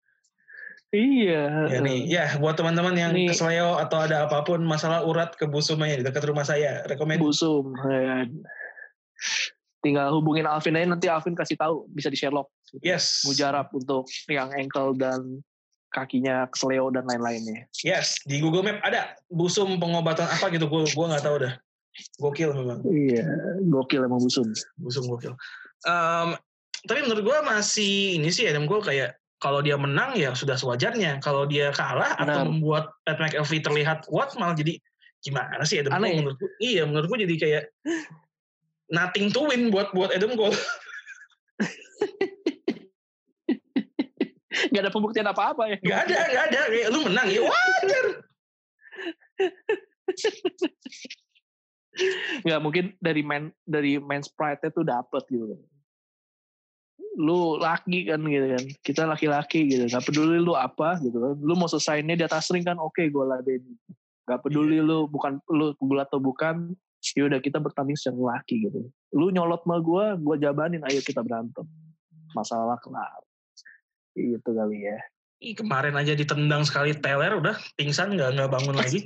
Iya. Ya nih, ya buat teman-teman yang nih, kesleo atau ada apapun masalah urat ke Busum aja di dekat rumah saya, rekomend. Busum, ya. Tinggal hubungin Alvin aja, nanti Alvin kasih tahu, bisa di Sherlock. Yes. Mujarab untuk yang ankle dan kakinya kesleo dan lain-lainnya. Yes, di Google Map ada Busum pengobatan apa gitu, gue gue nggak tahu dah. Gokil memang. Iya, gokil emang Busum. Busum gokil. Um, tapi menurut gue masih ini sih Adam gue kayak kalau dia menang ya sudah sewajarnya. Kalau dia kalah Benar. Atau membuat Pat McAfee terlihat kuat malah jadi gimana sih Adam Cole menurutku? Iya menurutku jadi kayak nothing to win buat buat Adam Cole. Gak ada pembuktian apa-apa ya? Gak ada, gak ada. Kayak lu menang ya wajar. Gak mungkin dari man dari man's pride-nya tuh dapet gitu. Lu laki kan gitu kan, kita laki-laki gitu, gak peduli lu apa gitu kan, lu mau selesainya di atas ring kan, oke okay, gue ladenin, gak peduli yeah. Lu bukan lu gulat atau bukan, yaudah kita bertanding secara laki gitu, lu nyolot sama gue, gue jabanin, ayo kita berantem, masalah kelar, gitu kali ya. Ih, kemarin aja ditendang sekali teler udah pingsan nggak nggak bangun lagi.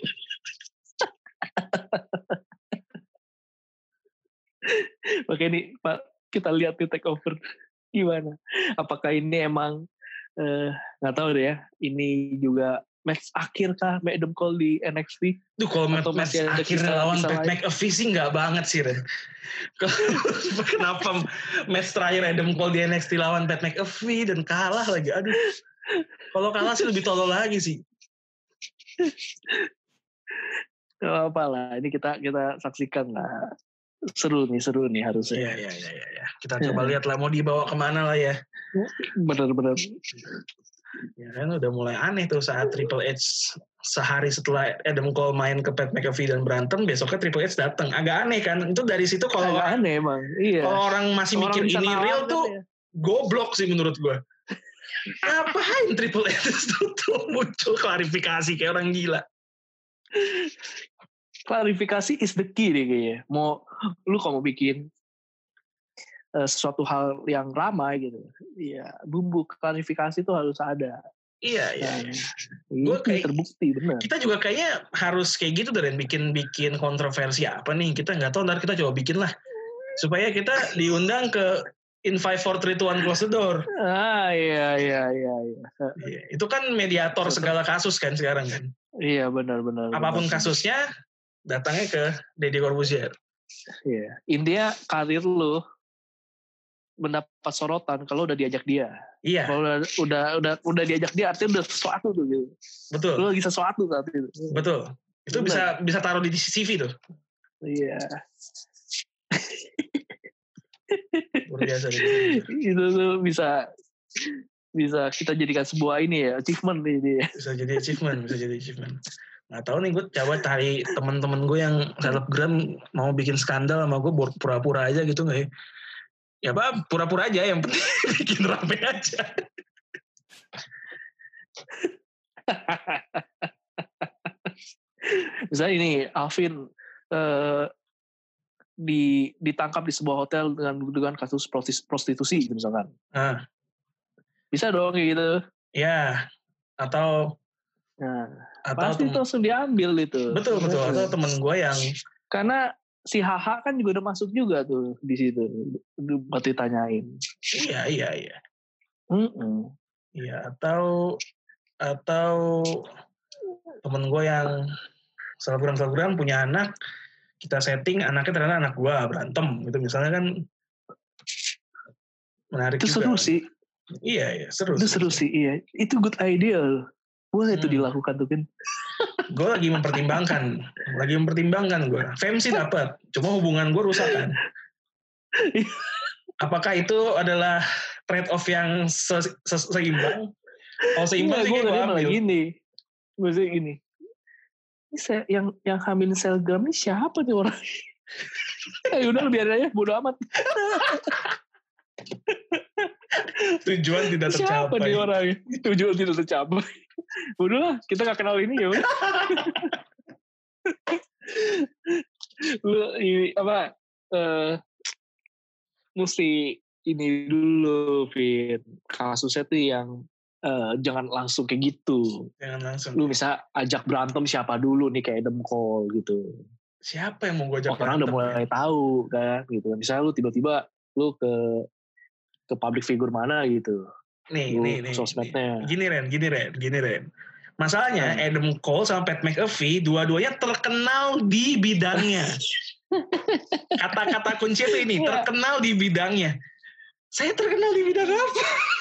Oke nih Pak, kita lihat di take over gimana. Apakah ini emang nggak uh, tahu deh ya. Ini juga match akhir kah Adam Cole di N X T? Duh kalau match, match akhir lawan Pat McAfee sih nggak banget sih Ren. Kenapa match terakhir Adam Cole di N X T lawan Pat McAfee dan kalah lagi? Aduh. Kalau kalah sih lebih tolol lagi sih. Gak apa lah. Ini kita kita saksikan lah. Seru nih, seru nih harusnya. Iya, iya, iya. Ya. Kita coba lihat lah mau dibawa kemana lah ya. Bener-bener. Ya kan udah mulai aneh tuh saat Triple H sehari setelah Adam Cole main ke Pat McAfee dan berantem, besoknya Triple H datang. Agak aneh kan? Itu dari situ kalau agak aneh emang. Iya. Kalau orang masih orang mikir ini real tuh ya. Goblok sih menurut gue. Ngapain Triple H tuh, tuh muncul klarifikasi kayak orang gila. Klarifikasi is the key deh kayaknya. Mau lu kalau mau bikin uh, sesuatu hal yang ramai gitu, ya bumbu klarifikasi itu harus ada. Iya iya. Nah, gue kayak terbukti benar. Kita juga kayaknya harus kayak gitu dan bikin bikin kontroversi apa nih? Kita nggak tahu, ntar kita coba bikin lah supaya kita diundang ke In five four three two one close the door. Ah iya iya iya. iya. Itu kan mediator segala kasus kan sekarang kan. Iya benar-benar. Apapun benar. Kasusnya. Datangnya ke Deddy Corbuzier. Iya. Intinya karir lu mendapat sorotan kalau udah diajak dia. Iya. Kalau udah udah udah udah diajak dia artinya udah sesuatu tuh gitu. Betul. Lu lagi sesuatu saat itu. Betul. Itu benar. bisa bisa taruh di C V tuh. Iya. Luar biasa. Itu tuh bisa bisa kita jadikan sebuah ini ya, achievement ini. Bisa jadi achievement, bisa jadi achievement. Nggak tahu nih, gue coba cari teman-teman gue yang selebgram mau bikin skandal sama gue pura-pura aja gitu nggak ya? Ya apa pura-pura aja, yang penting bikin rame aja. Misalnya ini Alvin eh, di ditangkap di sebuah hotel dengan dengan kasus prostitusi gitu misalkan. Ah. Bisa dong kayak gitu. Ya, atau nah, atau pasti itu langsung diambil itu. Betul betul. Ya, atau temen gue yang karena si H H kan juga udah masuk juga tuh di situ buat ditanyain. Iya iya iya. Mm-mm. Iya atau atau temen gue yang selebgram-selebgram punya anak, kita setting anaknya ternyata anak gue berantem gitu misalnya kan menarik itu juga. Seru sih. Iya iya seru. Itu seru sih iya. Itu good idea loh. Boleh itu hmm. dilakukan tuh kan. Gue lagi mempertimbangkan, lagi mempertimbangkan gue. Fame sih dapat, cuma hubungan gue rusak kan. Apakah itu adalah trade off yang se- se- seimbang? Kalau seimbang sih gue ambil. Gini, maksudnya gini. Ini saya, yang yang hamil selgram ini siapa nih orang? Ya udah biar aja, bodo amat. Tujuan tidak tercapai. Siapa nih orang? Tujuan tidak tercapai. Udah lah, kita gak kenal ini ya udah. Lu ini apa? Uh, mesti ini dulu, Vin. Kasusnya tuh yang uh, jangan langsung kayak gitu. Jangan langsung. Lu bisa ajak berantem siapa dulu nih kayak Adam Cole gitu. Siapa yang mau gue ajak orang berantem? Orang udah mulai ya? tahu kan gitu. Misalnya lu tiba-tiba lu ke ke public figure mana gitu. Nih, nih, nih, sosmednya. nih. Gini Ren, gini Ren, gini Ren. Masalahnya hmm. Adam Cole sama Pat McAfee dua-duanya terkenal di bidangnya. Kata-kata kunci itu ini, ya. Terkenal di bidangnya. Saya terkenal di bidang apa?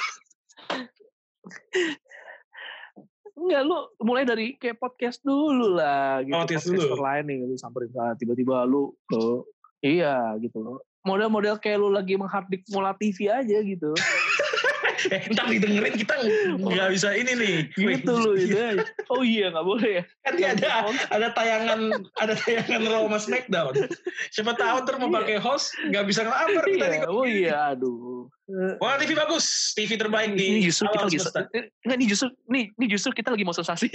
Enggak, lu mulai dari kayak podcast dulu lah gitu. Podcast podcast dulu. Lain nih, lu samperin tiba-tiba lu ke Iya gitu loh. Model-model kayak lu lagi menghardik Mola T V aja gitu. eh, ntar didengerin kita nggak bisa ini nih. Gitu loh gitu aja. Oh iya nggak boleh ya. Kan dia ada ada tayangan ada tayangan Raw sama SmackDown. Siapa tahu ntar mau pakai host nggak bisa ngelamar kita nih. Oh iya, aduh. Wah T V bagus, T V terbaik di ini justru kita lagi semesta. Nggak, ini justru nih, ini justru kita lagi mau sensasi.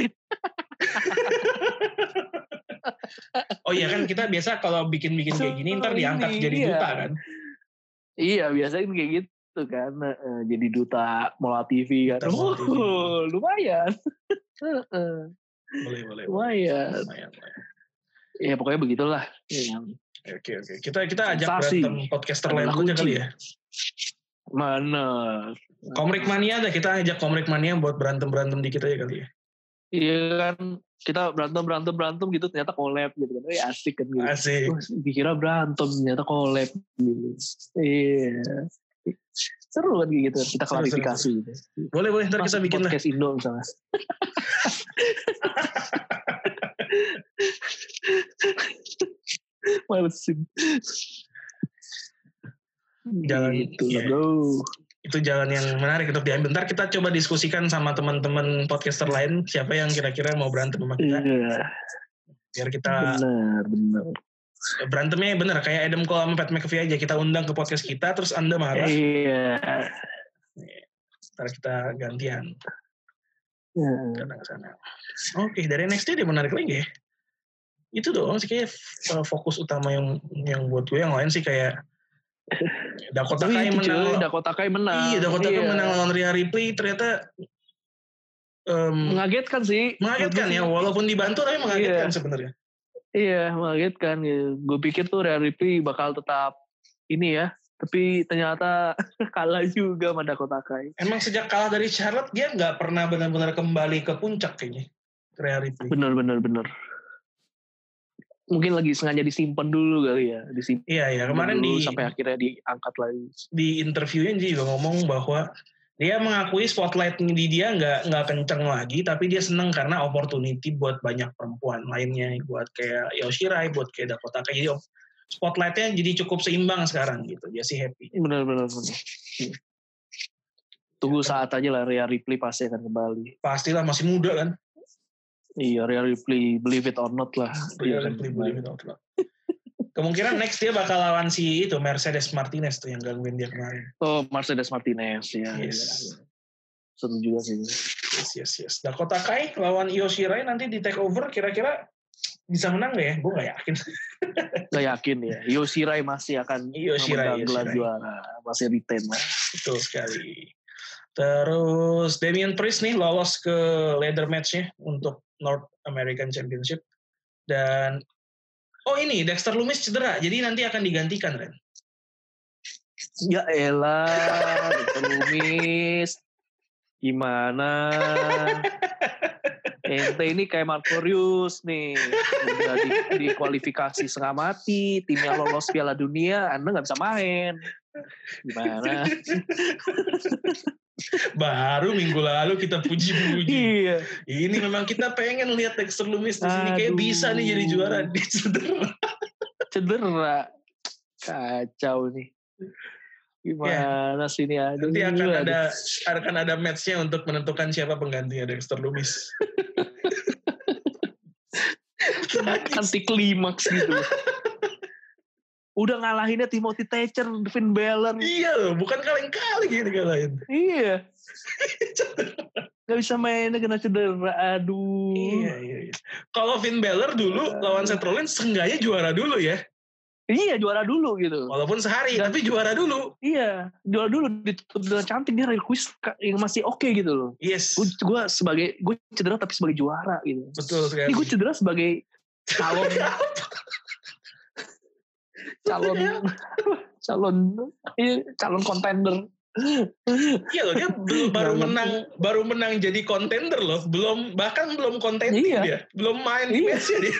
Oh iya kan kita biasa kalau bikin-bikin kayak gini ntar diangkat jadi iya. duta kan. Iya biasanya kayak gitu kan, jadi duta Mola T V kan. Mola T V. Oh, lumayan. boleh boleh. Lumayan. lumayan, lumayan. Ya pokoknya begitulah. Oke oke. Kita kita ajak sensasi. berantem podcaster lain aja kali ya. Mana? Komrik Mania ada, kita ajak Komrik Mania buat berantem-berantem dikit aja kali ya. Iya kan, kita berantem-berantem-berantem gitu, ternyata collab gitu kan. Eh, asik kan gitu. Asik. Oh, dikira berantem, ternyata collab gitu. Iya. Seru kan gitu, kita klarifikasi gitu. Boleh, boleh, ntar Masuk kita bikin podcast lah. Indo misalnya. Malesin. Jalan gitu, yeah. Itu jalan yang menarik untuk diambil. Bentar kita coba diskusikan sama teman-teman podcaster lain siapa yang kira-kira mau berantem sama kita. Iya. Biar kita benar, benar. Berantemnya bener kayak Adam Cole sama Pat McAfee aja, kita undang ke podcast kita terus Anda marah. Iya. Ntar kita gantian. Iya. Ke sana. Oke, dari N X T dia menarik lagi ya. Itu doang sih kayak fokus utama yang yang buat gue, yang lain sih kayak Dakota Kai menang. Dakota Kai menang. Iya, Dakota Kai iya. menang lawan Rhea Ripley ternyata um, mengagetkan sih. Mengagetkan ya, walaupun dibantu tapi mengagetkan iya. sebenarnya. Iya, mengagetkan. Ya. Gue pikir tuh Rhea Ripley bakal tetap ini ya, tapi ternyata kalah juga sama Dakota Kai. Emang sejak kalah dari Charlotte dia nggak pernah benar-benar kembali ke puncak kayaknya. Rhea Ripley. Bener bener bener. Mungkin lagi sengaja disimpan dulu kali ya, disimpan. Iya ya, kemarin di sampai akhirnya diangkat lagi. Di interviewnya dia juga ngomong bahwa dia mengakui spotlight di dia nggak nggak kenceng lagi, tapi dia seneng karena opportunity buat banyak perempuan lainnya, buat kayak Io Shirai, buat kayak Dakota Kai. Jadi spotlightnya jadi cukup seimbang sekarang gitu. Dia sih happy. Benar benar benar. Tunggu ya, saat aja lah Rhea Ripley pasti akan kembali. Pastilah, masih muda kan. Iya, Rhea Ripley, believe it or not lah. Rhea Ripley, believe it or not. Kemungkinan next dia bakal lawan si itu Mercedes Martinez tuh yang gangguin dia kemarin. Oh, Mercedes Martinez ya. Yes. Ya. Seru juga sih. Yes, yes, yes. Dakota Kai lawan Io Shirai nanti di take over, kira-kira bisa menang gak ya? Gue gak yakin. Gak yakin ya. Io Shirai masih akan Io Shirai, gelar juara, masih retain lah. Betul sekali. Terus Damian Priest nih lolos ke ladder match-nya untuk North American Championship. Dan oh ini Dexter Lumis cedera, jadi nanti akan digantikan, Ren. Ya elah, Dexter Lumis. Gimana? Ente ini kayak Marcorius nih. Udah di, di kualifikasi setengah mati, timnya lolos Piala Dunia, Anda nggak bisa main. Gimana? Baru minggu lalu kita puji-puji. Iya. Ini memang kita pengen lihat Dexter Lumis di sini, kayak bisa nih jadi juara. Dia cedera. Cedera. Kacau nih. Gimana ya. Sih ini? Aduh, nanti akan aduh. ada akan ada match-nya untuk menentukan siapa penggantinya Dexter Lumis. Anti klimaks gitu. Udah ngalahinnya Timothy Thatcher, Finn Balor. Iya loh, bukan kaleng-kaleng gini ngalahin. Iya. Gak bisa mainnya kena cedera, aduh. Iya, iya, iya. Kalau Finn Balor dulu uh, lawan Seth Rollins, seenggaknya juara dulu ya. Iya, juara dulu gitu. Walaupun sehari, Dan, tapi juara dulu. Iya, juara dulu ditutup dengan cantik, dia request yang masih oke okay gitu loh. Yes. Gue sebagai, gue cedera tapi sebagai juara gitu. Betul sekali. Ini gue cedera sebagai calon. calon calon calon kontender. Iya loh, dia baru menang baru menang jadi kontender loh, belum bahkan belum kontending iya. Dia, belum main iya. Match-nya dia.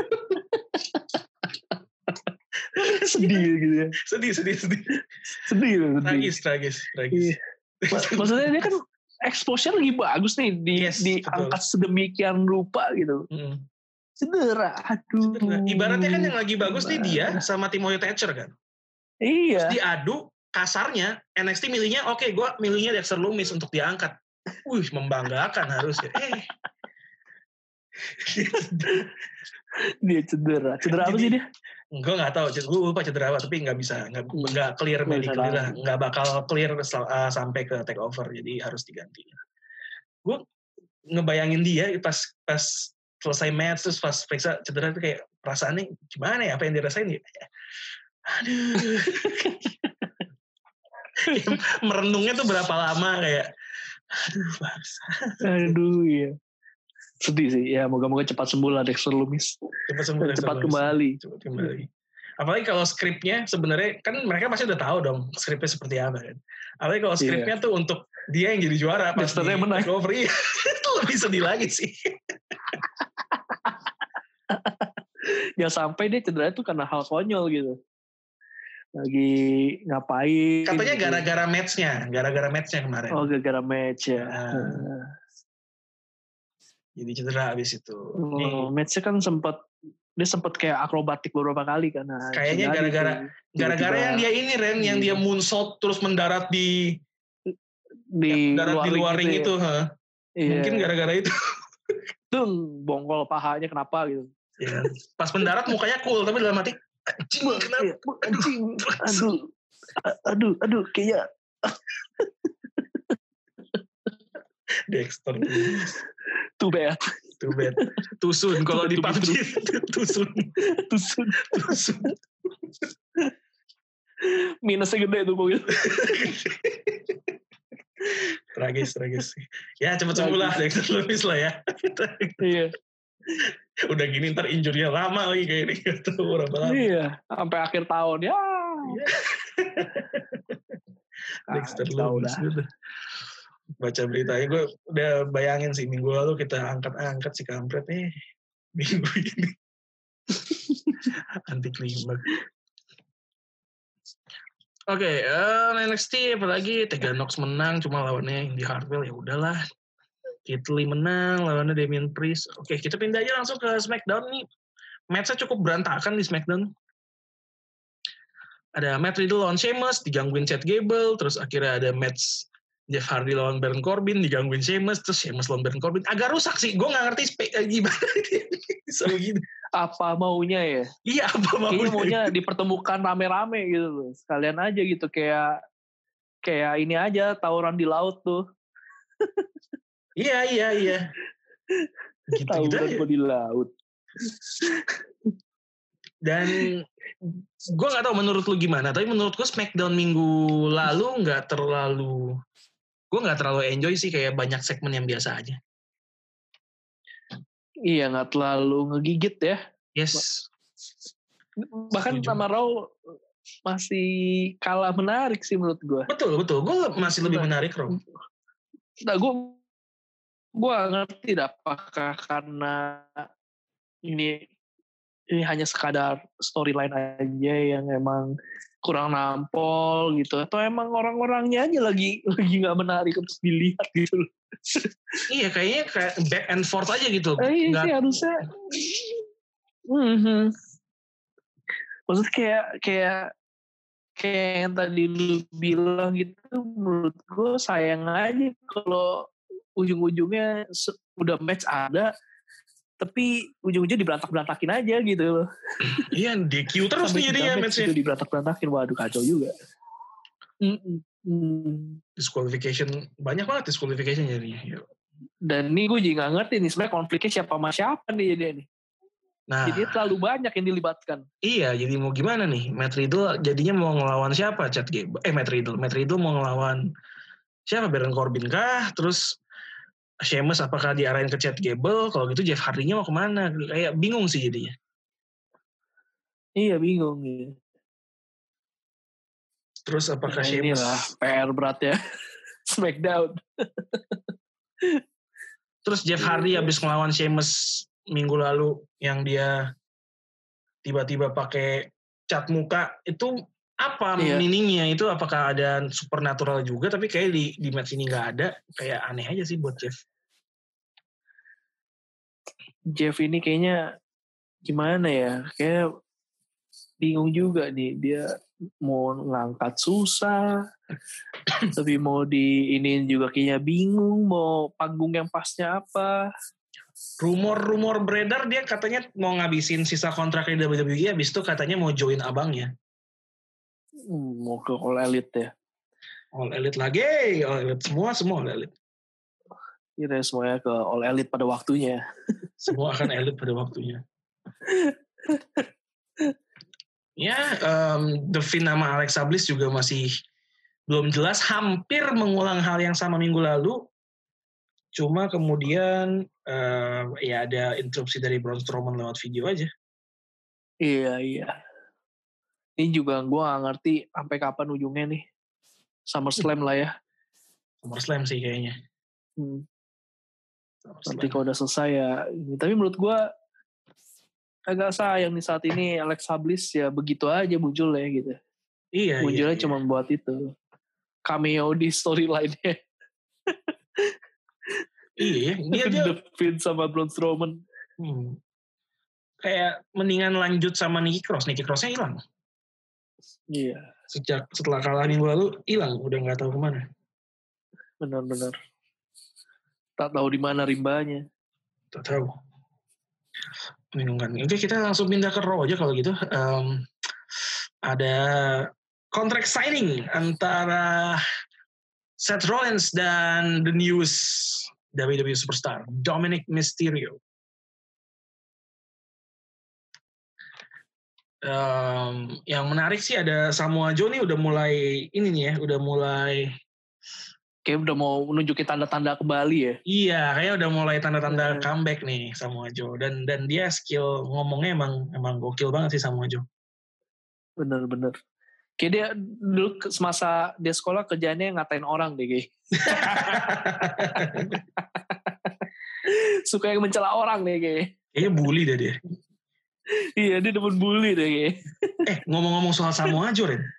sedih gitu ya. Sedih, sedih, sedih. Sedih loh. Tragis, tragis, tragis. Maksudnya dia kan exposure lagi bagus nih di yes, diangkat sedemikian rupa gitu. Hmm. Cedera. Aduh. Cedera. Ibaratnya kan yang lagi bagus nih dia sama Timothy Thatcher kan. Iya. Terus diadu kasarnya N X T milihnya oke okay, gue milihnya Dexter Lumis untuk diangkat. Wih membanggakan harusnya. Eh. Dia cedera. Cedera apa sih dia? Gue nggak tahu, gue lupa cedera apa, tapi nggak bisa, nggak nggak clear medically lah, nggak bakal clear uh, sampai ke take over, jadi harus diganti. Gue ngebayangin dia pas pas selesai match terus pas periksa cedera itu kayak perasaannya gimana ya, apa yang dirasain ya? Aduh, merenungnya tuh berapa lama kayak, aduh bangsa. Aduh ya. Sedih sih, ya moga-moga cepat sembuh lah Dexter Lumis. Cepat sembuh, cepat Lumis. kembali. Cepat kembali. Apalagi kalau skripnya sebenarnya kan mereka pasti udah tahu dong skripnya seperti apa kan. Apalagi kalau skripnya yeah. tuh untuk dia yang jadi juara pas di take over, iya itu lebih sedih lagi sih. Ya sampai dia cedera itu karena hal konyol gitu. Lagi ngapain? Katanya gitu. gara-gara match-nya, gara-gara match-nya kemarin. Oh gara-gara match ya. Nah. Jadi cedera abis itu. Oh, Nih, match-nya kan sempat dia sempat kayak akrobatik beberapa kali kan. Nah, kayaknya gara-gara itu, gara-gara yang dia ini Ren, yang dia moonsault terus mendarat di di mendarat luar di luar ring gitu itu, ya. Iya. Mungkin gara-gara itu. Tuh bongkol pahanya kenapa gitu. Ya. Pas mendarat mukanya cool tapi dalam hati anjing kenapa? Anjing. Aduh. Aduh, aduh kayak Dexter. Too bad. Too bad. Too soon kalau di P U B G. Too soon. Too soon. Too soon. Minusnya gede tuh mobil. Tragis, tragis. Ya cepat sembuh lah Dexter Lumis lah ya. Iya. Udah gini ntar injury-nya lama lagi kayak ini. Gak tahu berapa lama. Iya. Sampai akhir tahun ya. Dexter Lumis gitu. Baca beritanya gue udah bayangin sih minggu lalu kita angkat-angkat si kampret nih minggu ini anti klimaks. Oke, okay, uh, N X T apalagi Tegan Nox menang cuma lawannya Indy Hartwell ya udahlah. Keith Lee menang lawannya Damian Priest. Oke, okay, kita pindah aja langsung ke SmackDown nih. Match-nya cukup berantakan di SmackDown. Ada Matt Riddle lawan Sheamus digangguin Chad Gable, terus akhirnya ada match Jeff Hardy lawan Baron Corbin digangguin Sheamus, terus Sheamus lawan Baron Corbin. Agak rusak sih, gue gak ngerti spe- gimana bisa begitu. Apa maunya ya? Iya, apa maunya. Kayaknya maunya dipertemukan rame-rame gitu loh. Sekalian aja gitu, kayak kayak ini aja, tawuran di laut tuh. Iya, iya, iya. Gitu-gitu aja. Di laut. Dan gue gak tahu menurut lu gimana, tapi menurut gue SmackDown minggu lalu gak terlalu... Gue gak terlalu enjoy sih, kayak banyak segmen yang biasa aja. Iya, gak terlalu ngegigit ya. Yes. Bahkan sama Raw masih kalah menarik sih menurut gue. Betul, betul. Gue masih lebih menarik Raw. Nah, gue gue gak ngerti dah, apakah karena ini ini hanya sekadar storyline aja yang emang kurang nampol gitu, atau emang orang-orangnya aja lagi lagi nggak menarik untuk dilihat gitu. Iya, kayaknya kayak back and forth aja gitu. Eh, iya sih harusnya. Mm-hmm. Maksudnya kayak kayak kayak yang tadi lu bilang gitu, menurut gue sayang aja kalau ujung-ujungnya udah match ada, tapi ujung-ujungnya diberantak-berantakin aja gitu loh. Iya, D Q terus nih jadinya match-nya. Itu diberantak-berantakin, waduh kacau juga. Mm-mm. Disqualification, banyak banget disqualification jadinya. Dan ini gue juga gak ngerti nih sebenarnya konfliknya siapa sama siapa nih dia nih. Nah, jadi terlalu banyak yang dilibatkan. Iya, jadi mau gimana nih? Matt Riddle jadinya mau ngelawan siapa? Chad Gable. Eh, Matt Riddle. Matt Riddle mau ngelawan siapa? Baron Corbin kah? Terus Sheamus apakah diarahin ke Chad Gable? Kalau gitu Jeff Hardy-nya mau kemana? Kayak bingung sih jadinya. Iya, bingung. Ya. Terus apakah nah, Sheamus... Inilah P R berat ya. SmackDown. Terus Jeff Hardy habis ngelawan Sheamus minggu lalu yang dia tiba-tiba pakai cat muka, itu apa iya. meaningnya? Itu apakah ada supernatural juga? Tapi kayak di, di match ini nggak ada. Kayak aneh aja sih buat Jeff. Jeff ini kayaknya gimana ya, kayak bingung juga nih, dia mau ngangkat susah, tapi mau di ini juga kayaknya bingung, mau panggung yang pasnya apa. Rumor-rumor beredar dia katanya mau ngabisin sisa kontraknya di W W E, habis itu katanya mau join abangnya. Hmm, mau ke All Elite ya. All Elite lagi, All Elite semua, semua All Elite. Kira semuanya ke All Elite pada waktunya. Semua akan elite pada waktunya. Ya, um, The Fiend sama Alexa Bliss juga masih belum jelas, hampir mengulang hal yang sama minggu lalu. Cuma kemudian uh, ya ada interupsi dari Braun Strowman lewat video aja. Iya, iya. Ini juga gue gak ngerti sampai kapan ujungnya nih. SummerSlam lah ya. SummerSlam sih kayaknya. Hmm. Nanti kalau udah selesai ya. Tapi menurut gue agak sayang nih saat ini Alexa Bliss ya begitu aja muncul ya gitu. Iya, munculnya iya, cuma iya. buat itu. Cameo di storyline-nya. Iya, dia aja. The Fiend sama Braun Strowman. Hmm. Kayak mendingan lanjut sama Nikki Cross. Nikki Cross-nya hilang. Iya. Sejak setelah kalah minggu lalu hilang, udah nggak tahu kemana. Benar-benar. Tak tahu di mana rimbanya. Tak tahu. Membingungkan. Oke, kita langsung pindah ke Raw aja kalau gitu. Um, ada kontrak signing antara Seth Rollins dan the newest W W E superstar Dominic Mysterio. Um, yang menarik sih ada Samoa Joe nih udah mulai ini nih ya, udah mulai kayak udah mau menunjukin tanda-tanda kembali ya. Iya, kayak udah mulai tanda-tanda uh. comeback nih Samoa Joe, dan dan dia skill ngomongnya emang emang gokil banget sih Samoa Joe. Bener-bener. Kayak dia dulu semasa dia sekolah kerjaannya ngatain orang deh kayak. Suka yang mencela orang deh kayak. Kayaknya bully deh dia. Iya, dia demen bully deh kayak. Eh, ngomong-ngomong soal Samoa Joe, Ren.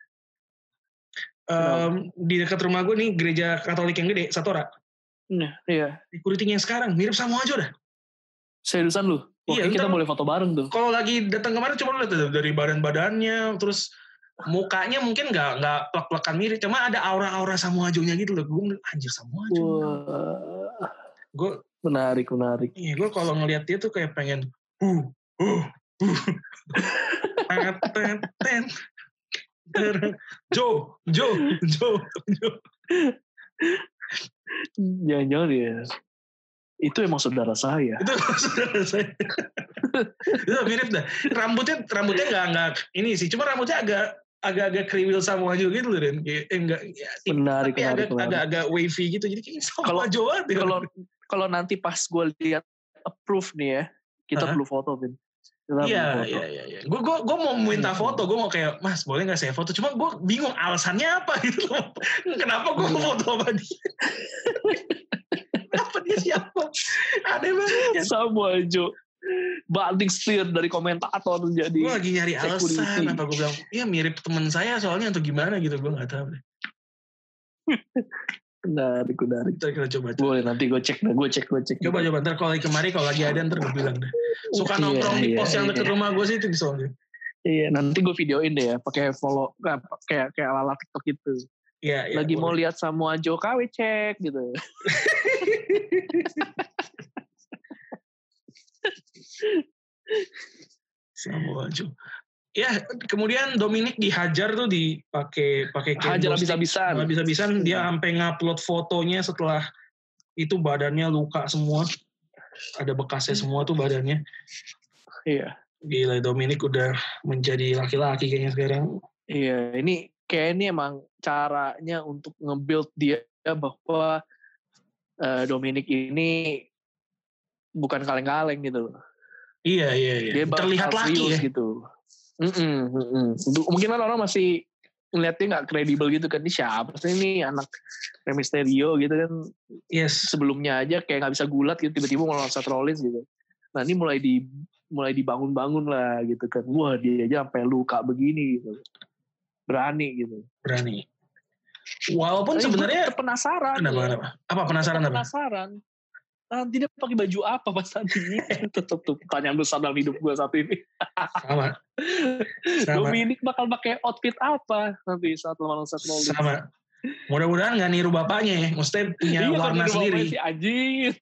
Um, di dekat rumah gue nih gereja Katolik yang gede, Satora. Nah, iya. Recruiting yang sekarang mirip Samoa Joe dah. Seriusan lu? Oke, iya, kita boleh foto bareng tuh. Kalau lagi datang kemarin coba lihat dari badan-badannya, terus mukanya mungkin nggak nggak plek-plekan mirip, cuma ada aura-aura Samoa Joe-nya gitu loh. Gue anjir Samoa Joe. Wah. Gue menarik menarik. Iya, gue kalau ngelihat dia tuh kayak pengen uh uh uh ten ten Joe Joe Joe Joe. Jangan-jangan ya. Itu emang saudara saya. Itu saudara saya. Itu mirip dah. Rambutnya rambutnya nggak nggak ini sih. Cuma rambutnya agak agak-agak kriwil Samoa Joe gitu loh, Ren. Kayak enggak ya, menarik, tapi menarik, agak menarik. agak-agak wavy gitu. Jadi kayak Samoa Joe banget. Kalau kalau nanti pas gue lihat approve nih ya, kita uh-huh. perlu foto, Vin. Iya, iya, iya, iya. Gue gue gue mau minta foto, gue mau kayak, Mas, boleh nggak saya foto? Cuma gue bingung alasannya apa gitu loh. Kenapa gue mau foto sama dia? Kenapa dia siapa? Aneh banget. Samoa Joe. Banding setir dari komentator jadi. Gue lagi nyari alasan, apa gue bilang, ya mirip teman saya soalnya atau gimana gitu, gue nggak tahu deh. Menarik, menarik. Ntar kita coba. Boleh, nanti gue cek, gue cek, gue cek. Coba, coba. Ntar kalau lagi kemari, kalau lagi ada, ntar gue bilang deh. Suka iya, nongkrong iya, di pos iya, yang deket iya. rumah gue sih itu soalnya. Iya, nanti gue videoin deh ya, pakai follow, kayak kayak ala TikTok gitu. Iya, iya. Lagi boleh. mau lihat Samoa Joe K W cek gitu. Samoa Joe. Ya, kemudian Dominic dihajar tuh dipakai pakai hajar habis-habisan. Habis-habisan dia sampai ngupload fotonya setelah itu badannya luka semua. Ada bekasnya semua tuh badannya. Iya. Gila, Dominic udah menjadi laki-laki kayaknya sekarang. Iya, ini kayak ini emang caranya untuk nge-build dia bahwa uh, Dominic ini bukan kaleng-kaleng gitu. Iya, iya, iya. Dia terlihat laki ya. Gitu. Mm-mm, mm-mm. Mungkin kan orang masih ngeliatnya nggak kredibel gitu kan, ini siapa sih ini anak Rey Mysterio gitu kan. Yes. Sebelumnya aja kayak nggak bisa gulat gitu, tiba-tiba mau lawan Seth Rollins gitu. Nah ini mulai di mulai dibangun-bangun lah gitu kan. Wah dia aja sampai luka begini gitu. Berani gitu. Berani. Walaupun sebenarnya penasaran. Kenapa, ya. kenapa? Apa penasaran apa? Penasaran. nanti dia pakai baju apa pas nanti tetap tuh pertanyaan besar dalam hidup gue saat ini. Sama. Sama. Dominic bakal pakai outfit apa nanti saat lawan Seth Rollins? Sama. Mudah-mudahan nggak niru bapaknya ya, maksudnya punya iya, warna sendiri. Si anjing.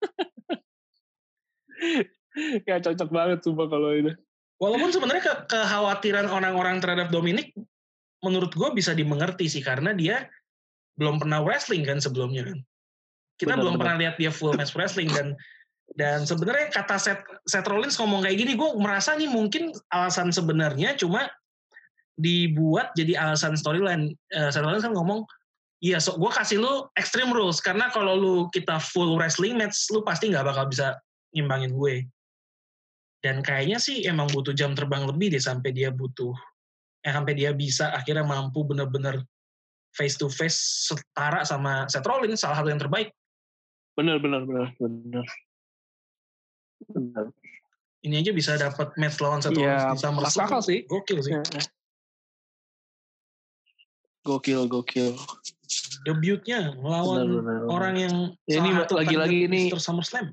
Kayak cocok banget sumpah kalau ini. Walaupun sebenarnya ke- kekhawatiran orang-orang terhadap Dominic, menurut gue bisa dimengerti sih, karena dia belum pernah wrestling kan sebelumnya kan. Kita Benar, belum benar. pernah lihat dia full match wrestling, dan dan sebenarnya kata Seth, Seth Rollins ngomong kayak gini, gue merasa nih mungkin alasan sebenarnya cuma dibuat jadi alasan storyline. Uh, Seth Rollins kan ngomong, iya, so, gue kasih lu Extreme Rules, karena kalau lu kita full wrestling match, lu pasti nggak bakal bisa ngimbangin gue. Dan kayaknya sih emang butuh jam terbang lebih deh sampai dia butuh, eh sampai dia bisa akhirnya mampu bener-bener face to face setara sama Seth Rollins, salah satu yang terbaik. Bener, bener, bener, bener. Bener. Ini aja bisa dapat match lawan Seth Rollins Ya, di SummerSlam. akal sih. Gokil sih. Ya. Gokil, gokil. Debutnya melawan Bener, bener, orang yang ya, ini lagi-lagi ini Mister SummerSlam.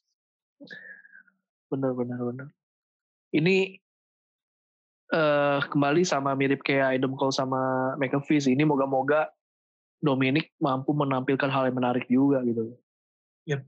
Bener, bener, bener. Ini uh, kembali sama mirip kayak Adam Cole sama McAfee sih. Ini moga-moga Dominic mampu menampilkan hal yang menarik juga gitu. Yep.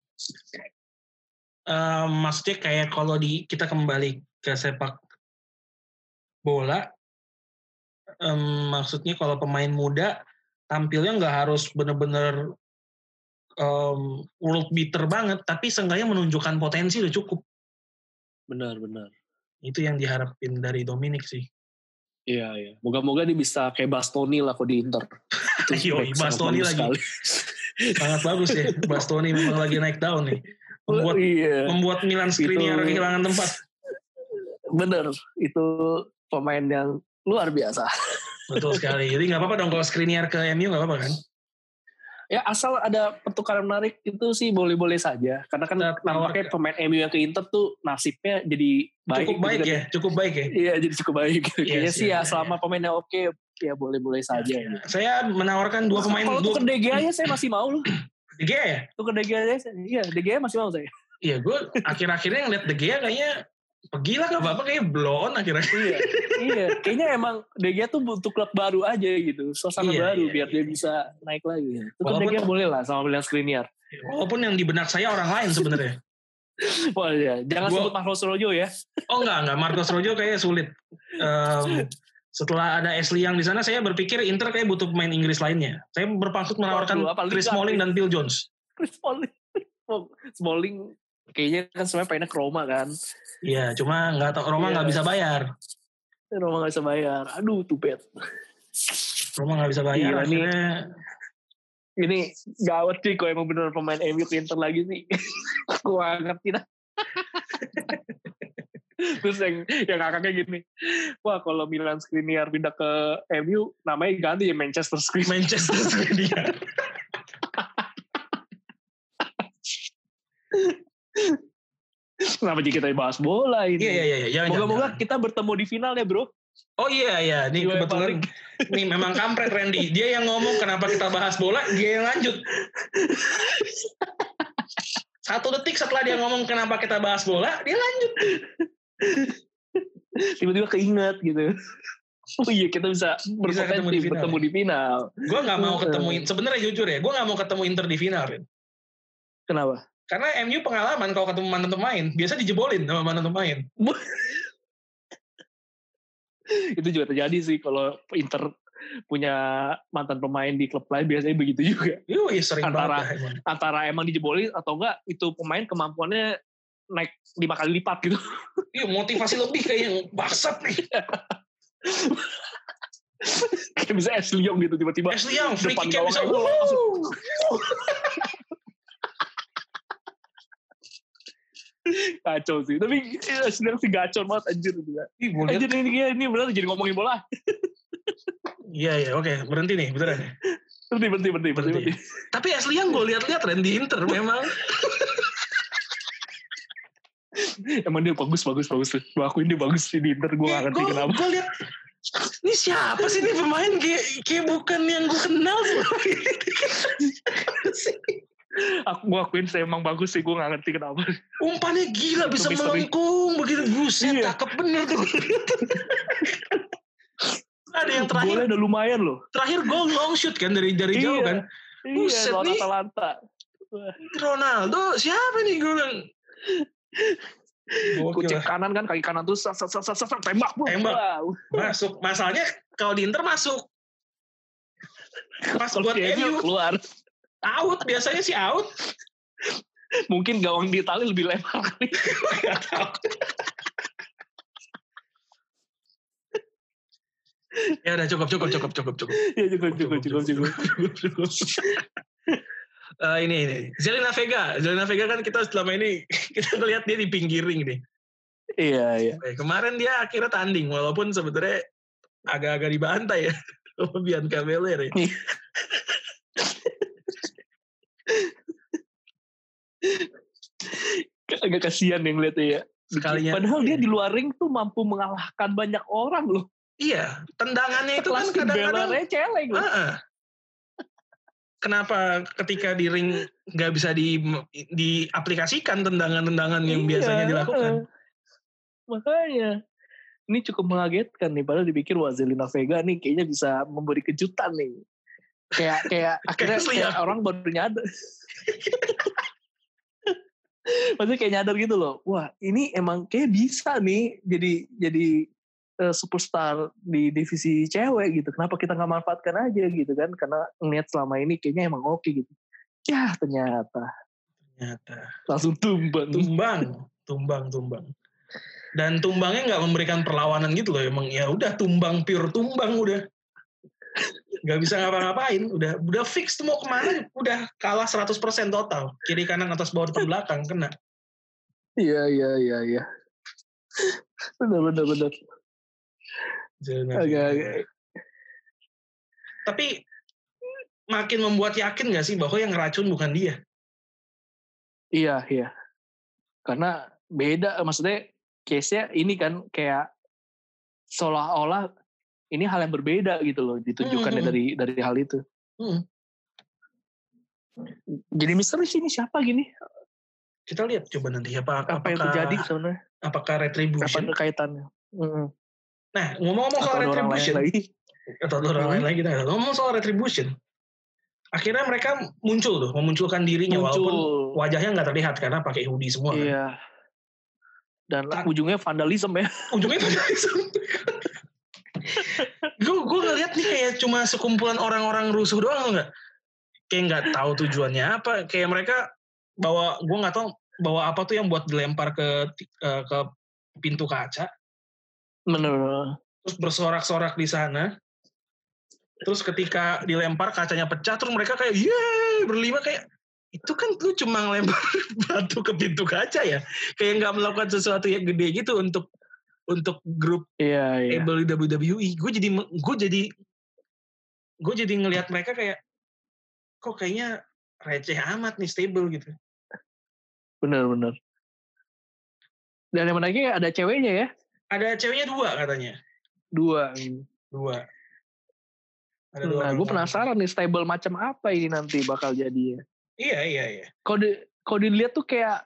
Uh, maksudnya kayak kalau di kita kembali ke sepak bola, um, maksudnya kalau pemain muda tampilnya nggak harus bener-bener um, world beater banget, tapi seenggaknya menunjukkan potensi udah cukup. Benar, benar. Itu yang diharapin dari Dominic sih. Iya, iya. Moga-moga dia bisa kayak Bastoni lah kok di Inter. Yo, Bastoni lagi. Sekali. Sangat bagus ya. Bastoni memang lagi naik daun nih. Membuat, iya. membuat Milan Skriniar kehilangan tempat. Bener. Itu pemain yang luar biasa. Betul sekali. Jadi gak apa-apa dong kalau Skriniar ke M U gak apa-apa kan? Ya asal ada pertukaran menarik itu sih boleh-boleh saja. Karena kan nampaknya pemain M U yang ke Inter tuh nasibnya jadi baik. Cukup baik gitu ya? Kan. Cukup baik ya? Iya jadi cukup baik. Yes, Kayaknya sih ya, ya selama ya. pemainnya oke ya boleh-boleh saja. Ya, ya. Saya menawarkan dua pemain. Kalau dua... tuh ke D G A ya saya masih mau loh. D G A ya? Tuh ke D G A ya? Iya D G A masih mau saya. Iya gue akhir-akhirnya ngeliat D G A kayaknya pergi lah gak apa-apa kayaknya blow on akhirnya. Iya, iya. Kayaknya emang D G A tuh butuh klub baru aja gitu. Suasana iya, baru iya, biar iya. dia bisa naik lagi. Itu D G A boleh lah sama Milan Skriniar. Walaupun yang di benak saya orang lain sebenarnya. Wah ya, jangan gua, sebut Marcos Rojo ya. Oh enggak, enggak. Marcos Rojo kayaknya sulit. Um, setelah ada Ashley Young di sana, saya berpikir Inter kayak butuh pemain Inggris lainnya. Saya bermaksud menawarkan Waduh, Chris Smalling dan Phil Jones. Chris Smalling. Smalling kayaknya kan sebenarnya pengennya ke Roma kan. Iya, cuma nggak tahu Roma nggak iya. bisa bayar. Roma nggak bisa bayar. Aduh, tupet. Roma nggak bisa bayar. Iya, akhirnya... Ini, ini gawat sih, kok emang bener pemain M U ke Inter lagi sih. Aku nggak ngerti dah. Terus yang yang kakaknya gini, wah kalau Milan Skriniar pindah ke M U, namanya ganti ya Manchester Skriniar. Manchester Skriniar. Kenapa jadi kita bahas bola ini? Iya, iya, iya. Moga-moga kita bertemu di final ya, bro. Oh iya, iya. Nih Dua kebetulan, nih memang kampret Randy. Dia yang ngomong kenapa kita bahas bola, dia yang lanjut. Satu detik setelah dia ngomong kenapa kita bahas bola, dia lanjut. Tiba-tiba keinget gitu. Oh iya, kita bisa, bisa ketemu di final. Bertemu di final. Gue gak mau ketemu, sebenarnya jujur ya, gue gak mau ketemu Inter di final. Rin. Kenapa? Karena M U pengalaman kalau ketemu mantan pemain, biasa dijebolin sama mantan pemain. Itu juga terjadi sih kalau Inter punya mantan pemain di klub lain biasanya begitu juga. Iya sering antara, banget. Emang. Antara emang dijebolin atau enggak itu pemain kemampuannya naik lima kali lipat gitu. Iya motivasi lebih kayak yang bangsat nih. Kayak bisa Ashley Young gitu tiba-tiba. Ashley Young free kick bisa. Kacau sih, tapi ya, sedang sih gacor banget anjir gitu ya. Anjir ini ini benar jadi ngomongin bola. Iya iya oke okay. berhenti nih beneran. Berhenti berhenti berhenti berhenti. berhenti. Tapi asli yang gue lihat-lihat Randy Inter memang. Emang dia bagus bagus bagus. Gue akuin dia bagus sih di Inter, gue nggak ngerti kenapa. Gue lihat ini siapa sih nih pemain kayak kayak bukan yang gue kenal sih. Aku gua akuin sih emang bagus sih, gue gak ngerti kenapa. Umpannya gila, Itu bisa misteri. melengkung begitu, buset, Iya. cakep bener tuh. Ada yang terakhir, Golnya udah lumayan loh. terakhir gol long shoot kan dari dari jauh kan. Iya, Buset lawan nih, Atalanta. Wah. Ronaldo siapa nih gue bilang. Gue Gokil cek lah. kanan kan, kaki kanan tuh sat, sat, sat, sat, sat, tembak. Tembak. Wow. Masuk. Masalahnya kalau di Inter masuk. Pas buat Oke, M U keluar. out, biasanya sih out. Mungkin gawang di Itali lebih lebar kali. Gak tahu. Ya udah cukup cukup cukup cukup cukup. Ya cukup cukup cukup cukup. cukup, cukup. uh, ini ini Zelina Vega, Zelina Vega kan kita selama ini kita ngelihat dia di pinggiring nih. Iya iya. Eh, kemarin dia akhirnya tanding walaupun sebetulnya agak-agak dibantai ya sama Bianca Belair ya. Agak kasihan yang ngeliatnya ya. Sekalinya. Padahal dia di luar ring tuh mampu mengalahkan banyak orang loh. Iya, tendangannya itu kan Kelas kadang-kadang belernya celeng loh. Uh-uh. Kenapa ketika di ring nggak bisa di diaplikasikan tendangan-tendangan yang Iya, biasanya dilakukan? Makanya ini cukup mengagetkan nih. Padahal dipikir wah Zelina Vega nih kayaknya bisa memberi kejutan nih. Kayak kayak akhirnya kayak orang baru nyadar. Maksudnya kayak nyadar gitu loh. Wah ini emang kayak bisa nih jadi jadi uh, superstar di divisi cewek gitu. Kenapa kita nggak manfaatkan aja gitu kan? Karena ngeliat selama ini kayaknya emang oke gitu. Ya ternyata. Ternyata. Langsung tumbang. Tumbang, tumbang, tumbang. Dan tumbangnya nggak memberikan perlawanan gitu loh. Emang ya udah tumbang, pure tumbang udah. Nggak bisa ngapa-ngapain. Udah udah fix tuh mau kemana. Udah kalah seratus persen total. Kiri kanan atas bawah depan belakang kena. Iya iya iya iya. Benar benar benar. Agak-agak. Tapi makin membuat yakin nggak sih bahwa yang ngeracun bukan dia? Iya iya. Karena beda, maksudnya case-nya ini kan kayak seolah-olah ini hal yang berbeda gitu loh ditunjukkannya hmm. dari dari hal itu. Hmm. Jadi misteri sih ini siapa gini? Kita lihat coba nanti apa apa apakah, yang terjadi sebenarnya? Apakah retribution? Apa kaitannya? Hmm. Nah ngomong-ngomong soal retribution lagi. atau orang hmm. lain lagi kita ngomong soal retribution. Akhirnya mereka muncul tuh, memunculkan dirinya muncul. Walaupun wajahnya nggak terlihat karena pakai hoodie semua. Iya. Kan? Dan nah, ujungnya vandalisme ya. Ujungnya vandalisme. gue gue ngeliat nih kayak cuma sekumpulan orang-orang rusuh doang nggak? Kayak nggak tahu tujuannya apa. Kayak mereka bawa, gue nggak tahu bawa apa tuh yang buat dilempar ke uh, ke pintu kaca. Bener. Terus bersorak-sorak di sana. Terus ketika dilempar kacanya pecah, terus mereka kayak yeay berlima kayak itu kan lu cuma ngelempar batu ke pintu kaca ya, kayak nggak melakukan sesuatu yang gede gitu untuk untuk grup iya, iya. able W W E. Gue jadi gue jadi gue jadi ngelihat mereka kayak kok kayaknya receh amat nih stable gitu. Bener-bener. Dan yang menariknya ada ceweknya ya? Ada ceweknya dua katanya. Dua. Dua. Ada nah, gue penasaran nih stable macam apa ini nanti bakal jadi ya. Iya, iya, iya. Kalau di, kalau dilihat tuh kayak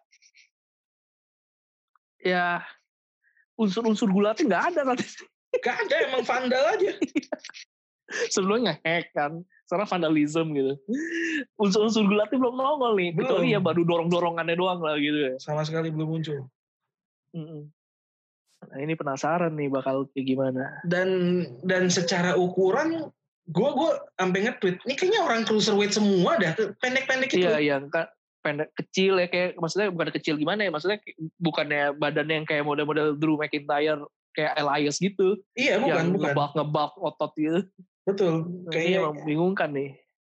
ya unsur-unsur gulatnya nggak ada kan? Nggak ada, emang vandal aja. Sebelumnya hack kan, sekarang vandalism gitu. Unsur-unsur gulatnya belum nongol nih. Belum. Kecuali ya baru dorong-dorongannya doang lah gitu ya. Sama sekali belum muncul. Mm-mm. Nah ini penasaran nih bakal kayak gimana. Dan dan secara ukuran gue gue sampai nge-tweet ini kayaknya orang cruiserweight semua dah pendek-pendek itu. Iya iya kan pendek kecil ya kayak maksudnya bukan kecil gimana ya maksudnya bukannya badannya yang kayak model-model Drew McIntyre kayak Elias gitu. Iya bukan yang bukan. ngebak ngebak otot gitu. Betul. Nah, kayaknya membingungkan nih.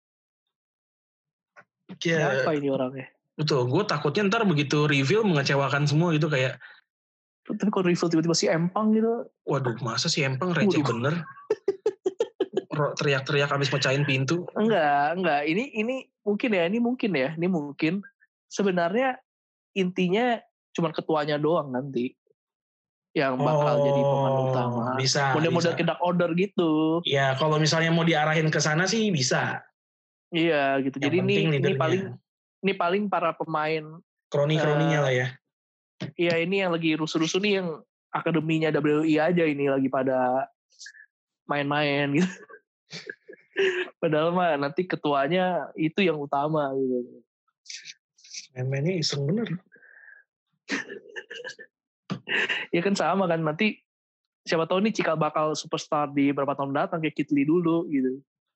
Ya, siapa ini orangnya? Betul. Gue takutnya ntar begitu reveal mengecewakan semua gitu kayak. Tapi kalau reveal tiba-tiba si Empang gitu. Waduh masa si Empang receh Waduh. bener. Teriak-teriak habis mecahin pintu. Enggak, enggak. Ini ini mungkin ya, ini mungkin ya, ini mungkin sebenarnya intinya cuma ketuanya doang nanti yang bakal oh, jadi pemeran utama. Bisa. Model-model ke Dark Order gitu. Ya, kalau misalnya mau diarahin ke sana sih bisa. Iya, gitu. Yang jadi ini ini paling ini paling para pemain kroni-kroninya uh, lah ya. Iya, ini yang lagi rusuh-rusuh nih yang akademinya W W E aja ini lagi pada main-main gitu. Padahal mah nanti ketuanya itu yang utama gitu. Main-mainnya iseng bener. Ya kan sama kan, nanti siapa tahu nih cikal bakal superstar di beberapa tahun datang kayak Kid Lee dulu gitu.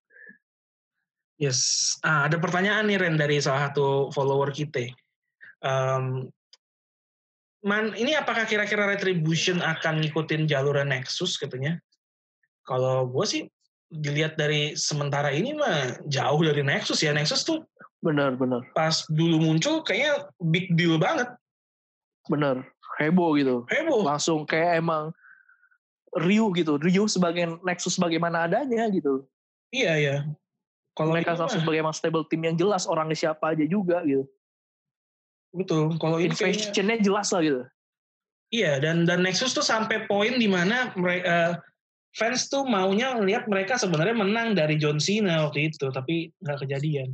Yes. Ah, ada pertanyaan nih Ren dari salah satu follower kita. Um, man, ini apakah kira-kira Retribution akan ngikutin jalur Nexus katanya? Kalau gue sih dilihat dari sementara ini mah jauh dari Nexus ya. Nexus tuh benar-benar pas dulu muncul kayaknya big deal banget. Bener, heboh gitu. Heboh. Langsung kayak emang Ryu gitu. Ryu sebagai Nexus bagaimana adanya gitu. Iya ya. Kalau mereka langsung sebagai emang stable tim yang jelas orangnya siapa aja juga gitu. Betul. Kalau ini Invasion-nya jelas lah gitu. Iya, dan dan Nexus tuh sampai poin di mana mereka uh, fans tuh maunya lihat mereka sebenarnya menang dari John Cena waktu itu, tapi nggak kejadian.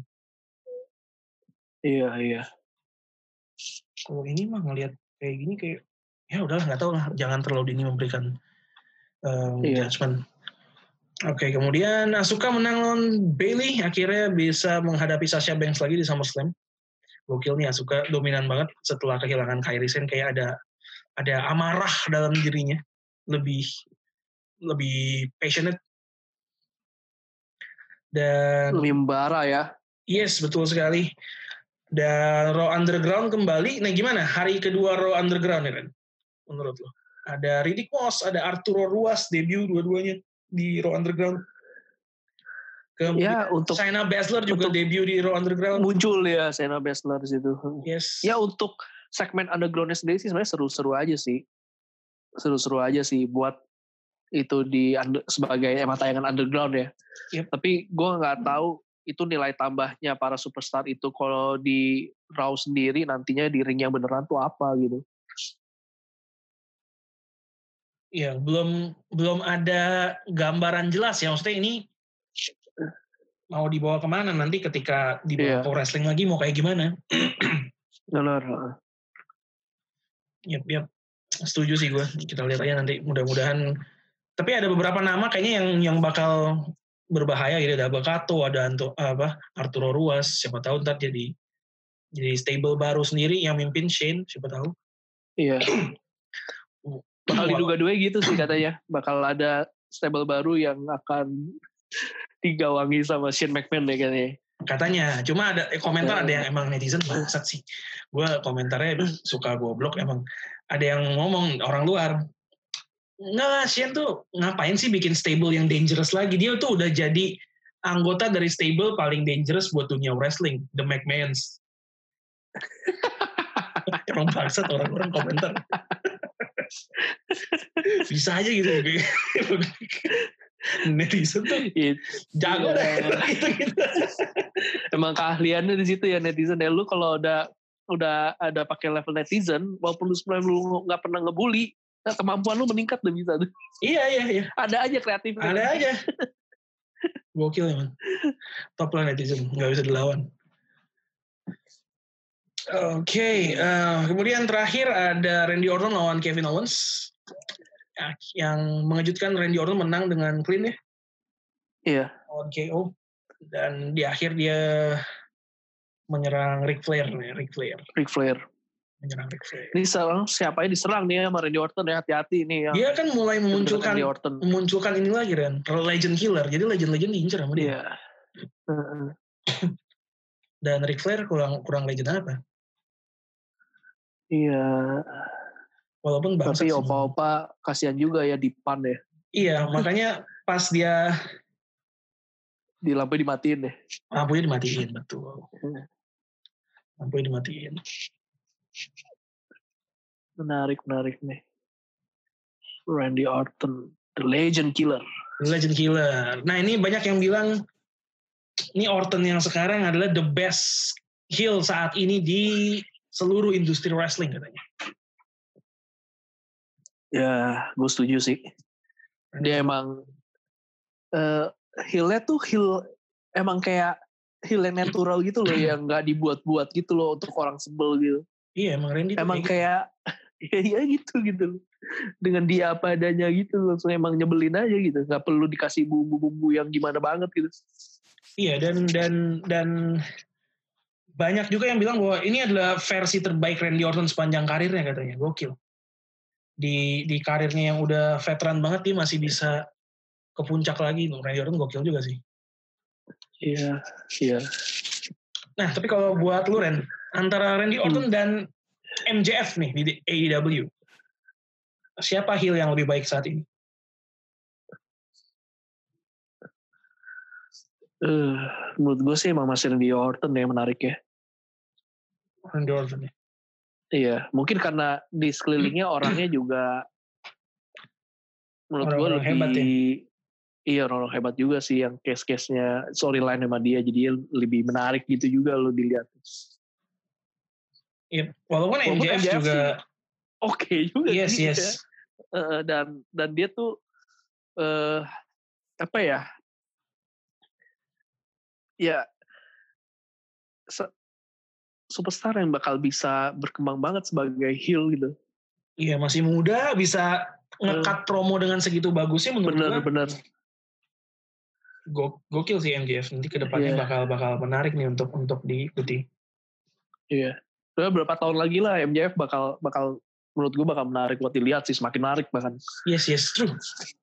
Iya iya. Kalau ini mah ngelihat kayak gini kayak ya udahlah nggak tahu lah, jangan terlalu dini memberikan um, iya. judgement. Oke, okay, kemudian Asuka menang lawan Bayley, akhirnya bisa menghadapi Sasha Banks lagi di SummerSlam. Gokil nih, Asuka dominan banget setelah kehilangan Kairi Sane, kayak ada ada amarah dalam dirinya, lebih lebih passionate dan lebih membara ya. Yes, betul sekali. Dan Raw Underground kembali. Nah, gimana hari kedua Raw Underground ya kan? Menurut lo? Ada Riddick Moss, ada Arturo Ruas debut dua-duanya di Raw Underground. Kemudian ya, untuk Shayna Baszler juga untuk debut di Raw Underground. Muncul ya Shayna Baszler di situ. Yes. Ya untuk segmen Underground-nya sendiri sih sebenarnya seru-seru aja sih. Seru-seru aja sih buat itu di under, sebagai emang tayangan Underground ya. Yep. Tapi gue nggak tahu itu nilai tambahnya para superstar itu kalau di Raw sendiri nantinya di ring yang beneran tuh apa gitu. Ya, belum belum ada gambaran jelas ya. Maksudnya ini mau dibawa kemana nanti ketika dibawa yeah. ke wrestling lagi mau kayak gimana? Benar. Yap, yap. Setuju sih gue. Kita lihat aja nanti mudah-mudahan. Tapi ada beberapa nama kayaknya yang yang bakal berbahaya gitu. Ada Bakato, ada Anto, apa Arturo Ruas. Siapa tahu ntar jadi jadi stable baru sendiri yang mimpin Shane. Siapa tahu? Iya. Bakal diduga-duga gitu sih katanya. Bakal ada stable baru yang akan digawangi sama Shane McMahon deh katanya. Katanya, cuma ada eh, komentar ada yang emang netizen bangsat sih. Gue komentarnya suka goblok emang. Ada yang ngomong orang luar, nggak lah Shane tuh ngapain sih bikin stable yang dangerous lagi. Dia tuh udah jadi anggota dari stable paling dangerous buat dunia wrestling, The McMahons. Emang bangsat orang-orang komentar. Bisa aja gitu. Netizen tuh jago gitu, gitu. Emang keahliannya di situ ya netizen ya. Lu kalau udah udah ada pakai level netizen, walaupun lu sebenarnya lu nggak pernah ngebully, nah, kemampuan lu meningkat udah bisa tuh. Iya iya iya. Ada aja kreatif. Ada aja. Gokil emang. Top lah netizen, nggak bisa dilawan. Oke, okay, uh, kemudian terakhir ada Randy Orton lawan Kevin Owens. Yang mengejutkan Randy Orton menang dengan clean ya. Iya. Lawan K O. Dan di akhir dia menyerang Ric Flair nih, Ric Flair. Ric Flair. Menyerang Ric Flair. Ini sekarang siapa yang diserang nih sama Randy Orton ya, hati-hati nih. Yang dia kan mulai memunculkan memunculkan ini lagi Ren, legend killer. Jadi legend-legend diincar sama dia. Iya. Uh-uh. Dan Ric Flair kurang kurang legend apa? Iya. Walaupun bangsat. Tapi opa-opa kasihan juga ya Dipan ya. Iya, makanya pas dia di lampu dimatiin deh. Lampunya dimatiin, betul. Lampunya dimatiin. Menarik, menarik nih. Randy Orton, the legend killer. The legend killer. Nah ini banyak yang bilang, ini Orton yang sekarang adalah the best heel saat ini di seluruh industri wrestling katanya. Ya, gue setuju sih. Dia emang uh, heel-nya tuh heel emang kayak heel yang natural gitu loh, yang nggak dibuat-buat gitu loh untuk orang sebel gitu. Iya, emang Randy tuh Emang kayak kayak, ya, ya gitu gitu loh. Dengan dia apa adanya gitu, langsung emang nyebelin aja gitu. Nggak perlu dikasih bumbu-bumbu yang gimana banget gitu. Iya, dan dan dan banyak juga yang bilang bahwa ini adalah versi terbaik Randy Orton sepanjang karirnya katanya. Gokil. Di di karirnya yang udah veteran banget dia masih bisa ke puncak lagi. Randy Orton gokil juga sih. Iya, iya. Nah, tapi kalau buat lu Ren, antara Randy Orton hmm. dan M J F nih di A E W, siapa heel yang lebih baik saat ini? Uh, menurut gue sih emang masih Randy Orton yang menarik ya. Randy Orton ya? Iya, mungkin karena di sekelilingnya orangnya juga menurut gue lebih hebat ya? Iya, orang hebat juga sih yang case-case-nya storyline sama dia, jadi lebih menarik gitu juga lo dilihat. Iya, walaupun, walaupun M J F, M J F juga oke okay juga yes, sih. Yes, ya. Uh, dan dan dia tuh uh, apa ya? Ya superstar yang bakal bisa berkembang banget sebagai heel gitu. Iya, masih muda, bisa nge-cut uh, promo dengan segitu bagusnya menurut bener, gue. Bener, Gokil sih M J F, nanti kedepannya yeah. bakal bakal menarik nih untuk untuk diikuti. Iya. Yeah. Berapa tahun lagi lah M J F bakal bakal menurut gue bakal menarik buat dilihat sih, semakin menarik bahkan. Yes, yes, true.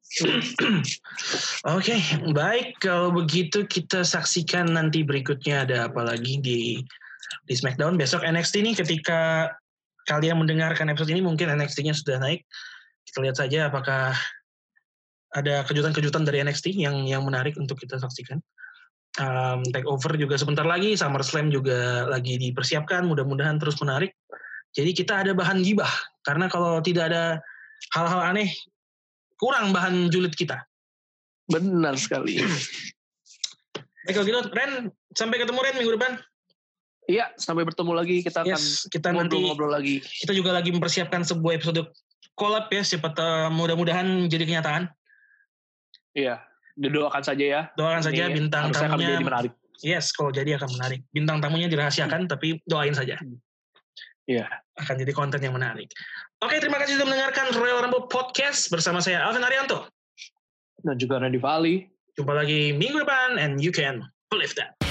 Oke, okay, baik. Kalau begitu kita saksikan nanti berikutnya ada apa lagi di di SmackDown. Besok N X T nih, ketika kalian mendengarkan episode ini mungkin N X T-nya sudah naik. Kita lihat saja apakah ada kejutan-kejutan dari N X T yang yang menarik untuk kita saksikan. Um, Takeover juga sebentar lagi, SummerSlam juga lagi dipersiapkan, mudah-mudahan terus menarik. Jadi kita ada bahan gibah, karena kalau tidak ada hal-hal aneh, kurang bahan julid kita. Benar sekali. Baik kalau gitu, Ren, sampai ketemu Ren minggu depan. Iya, sampai bertemu lagi, kita akan yes, kita ngobrol-ngobrol lagi. Kita juga lagi mempersiapkan sebuah episode collab ya, siapa uh, mudah-mudahan menjadi kenyataan. Iya, didoakan saja ya. Doakan saja bintang tamunya. Akan menjadi menarik. Yes, kalau jadi akan menarik. Bintang tamunya dirahasiakan, hmm. tapi doain saja. Iya. Akan jadi konten yang menarik. Oke, terima kasih sudah mendengarkan Royal Rumble Podcast bersama saya Alvin Arianto. Dan juga Randy Valley. Jumpa lagi minggu depan, and you can believe that.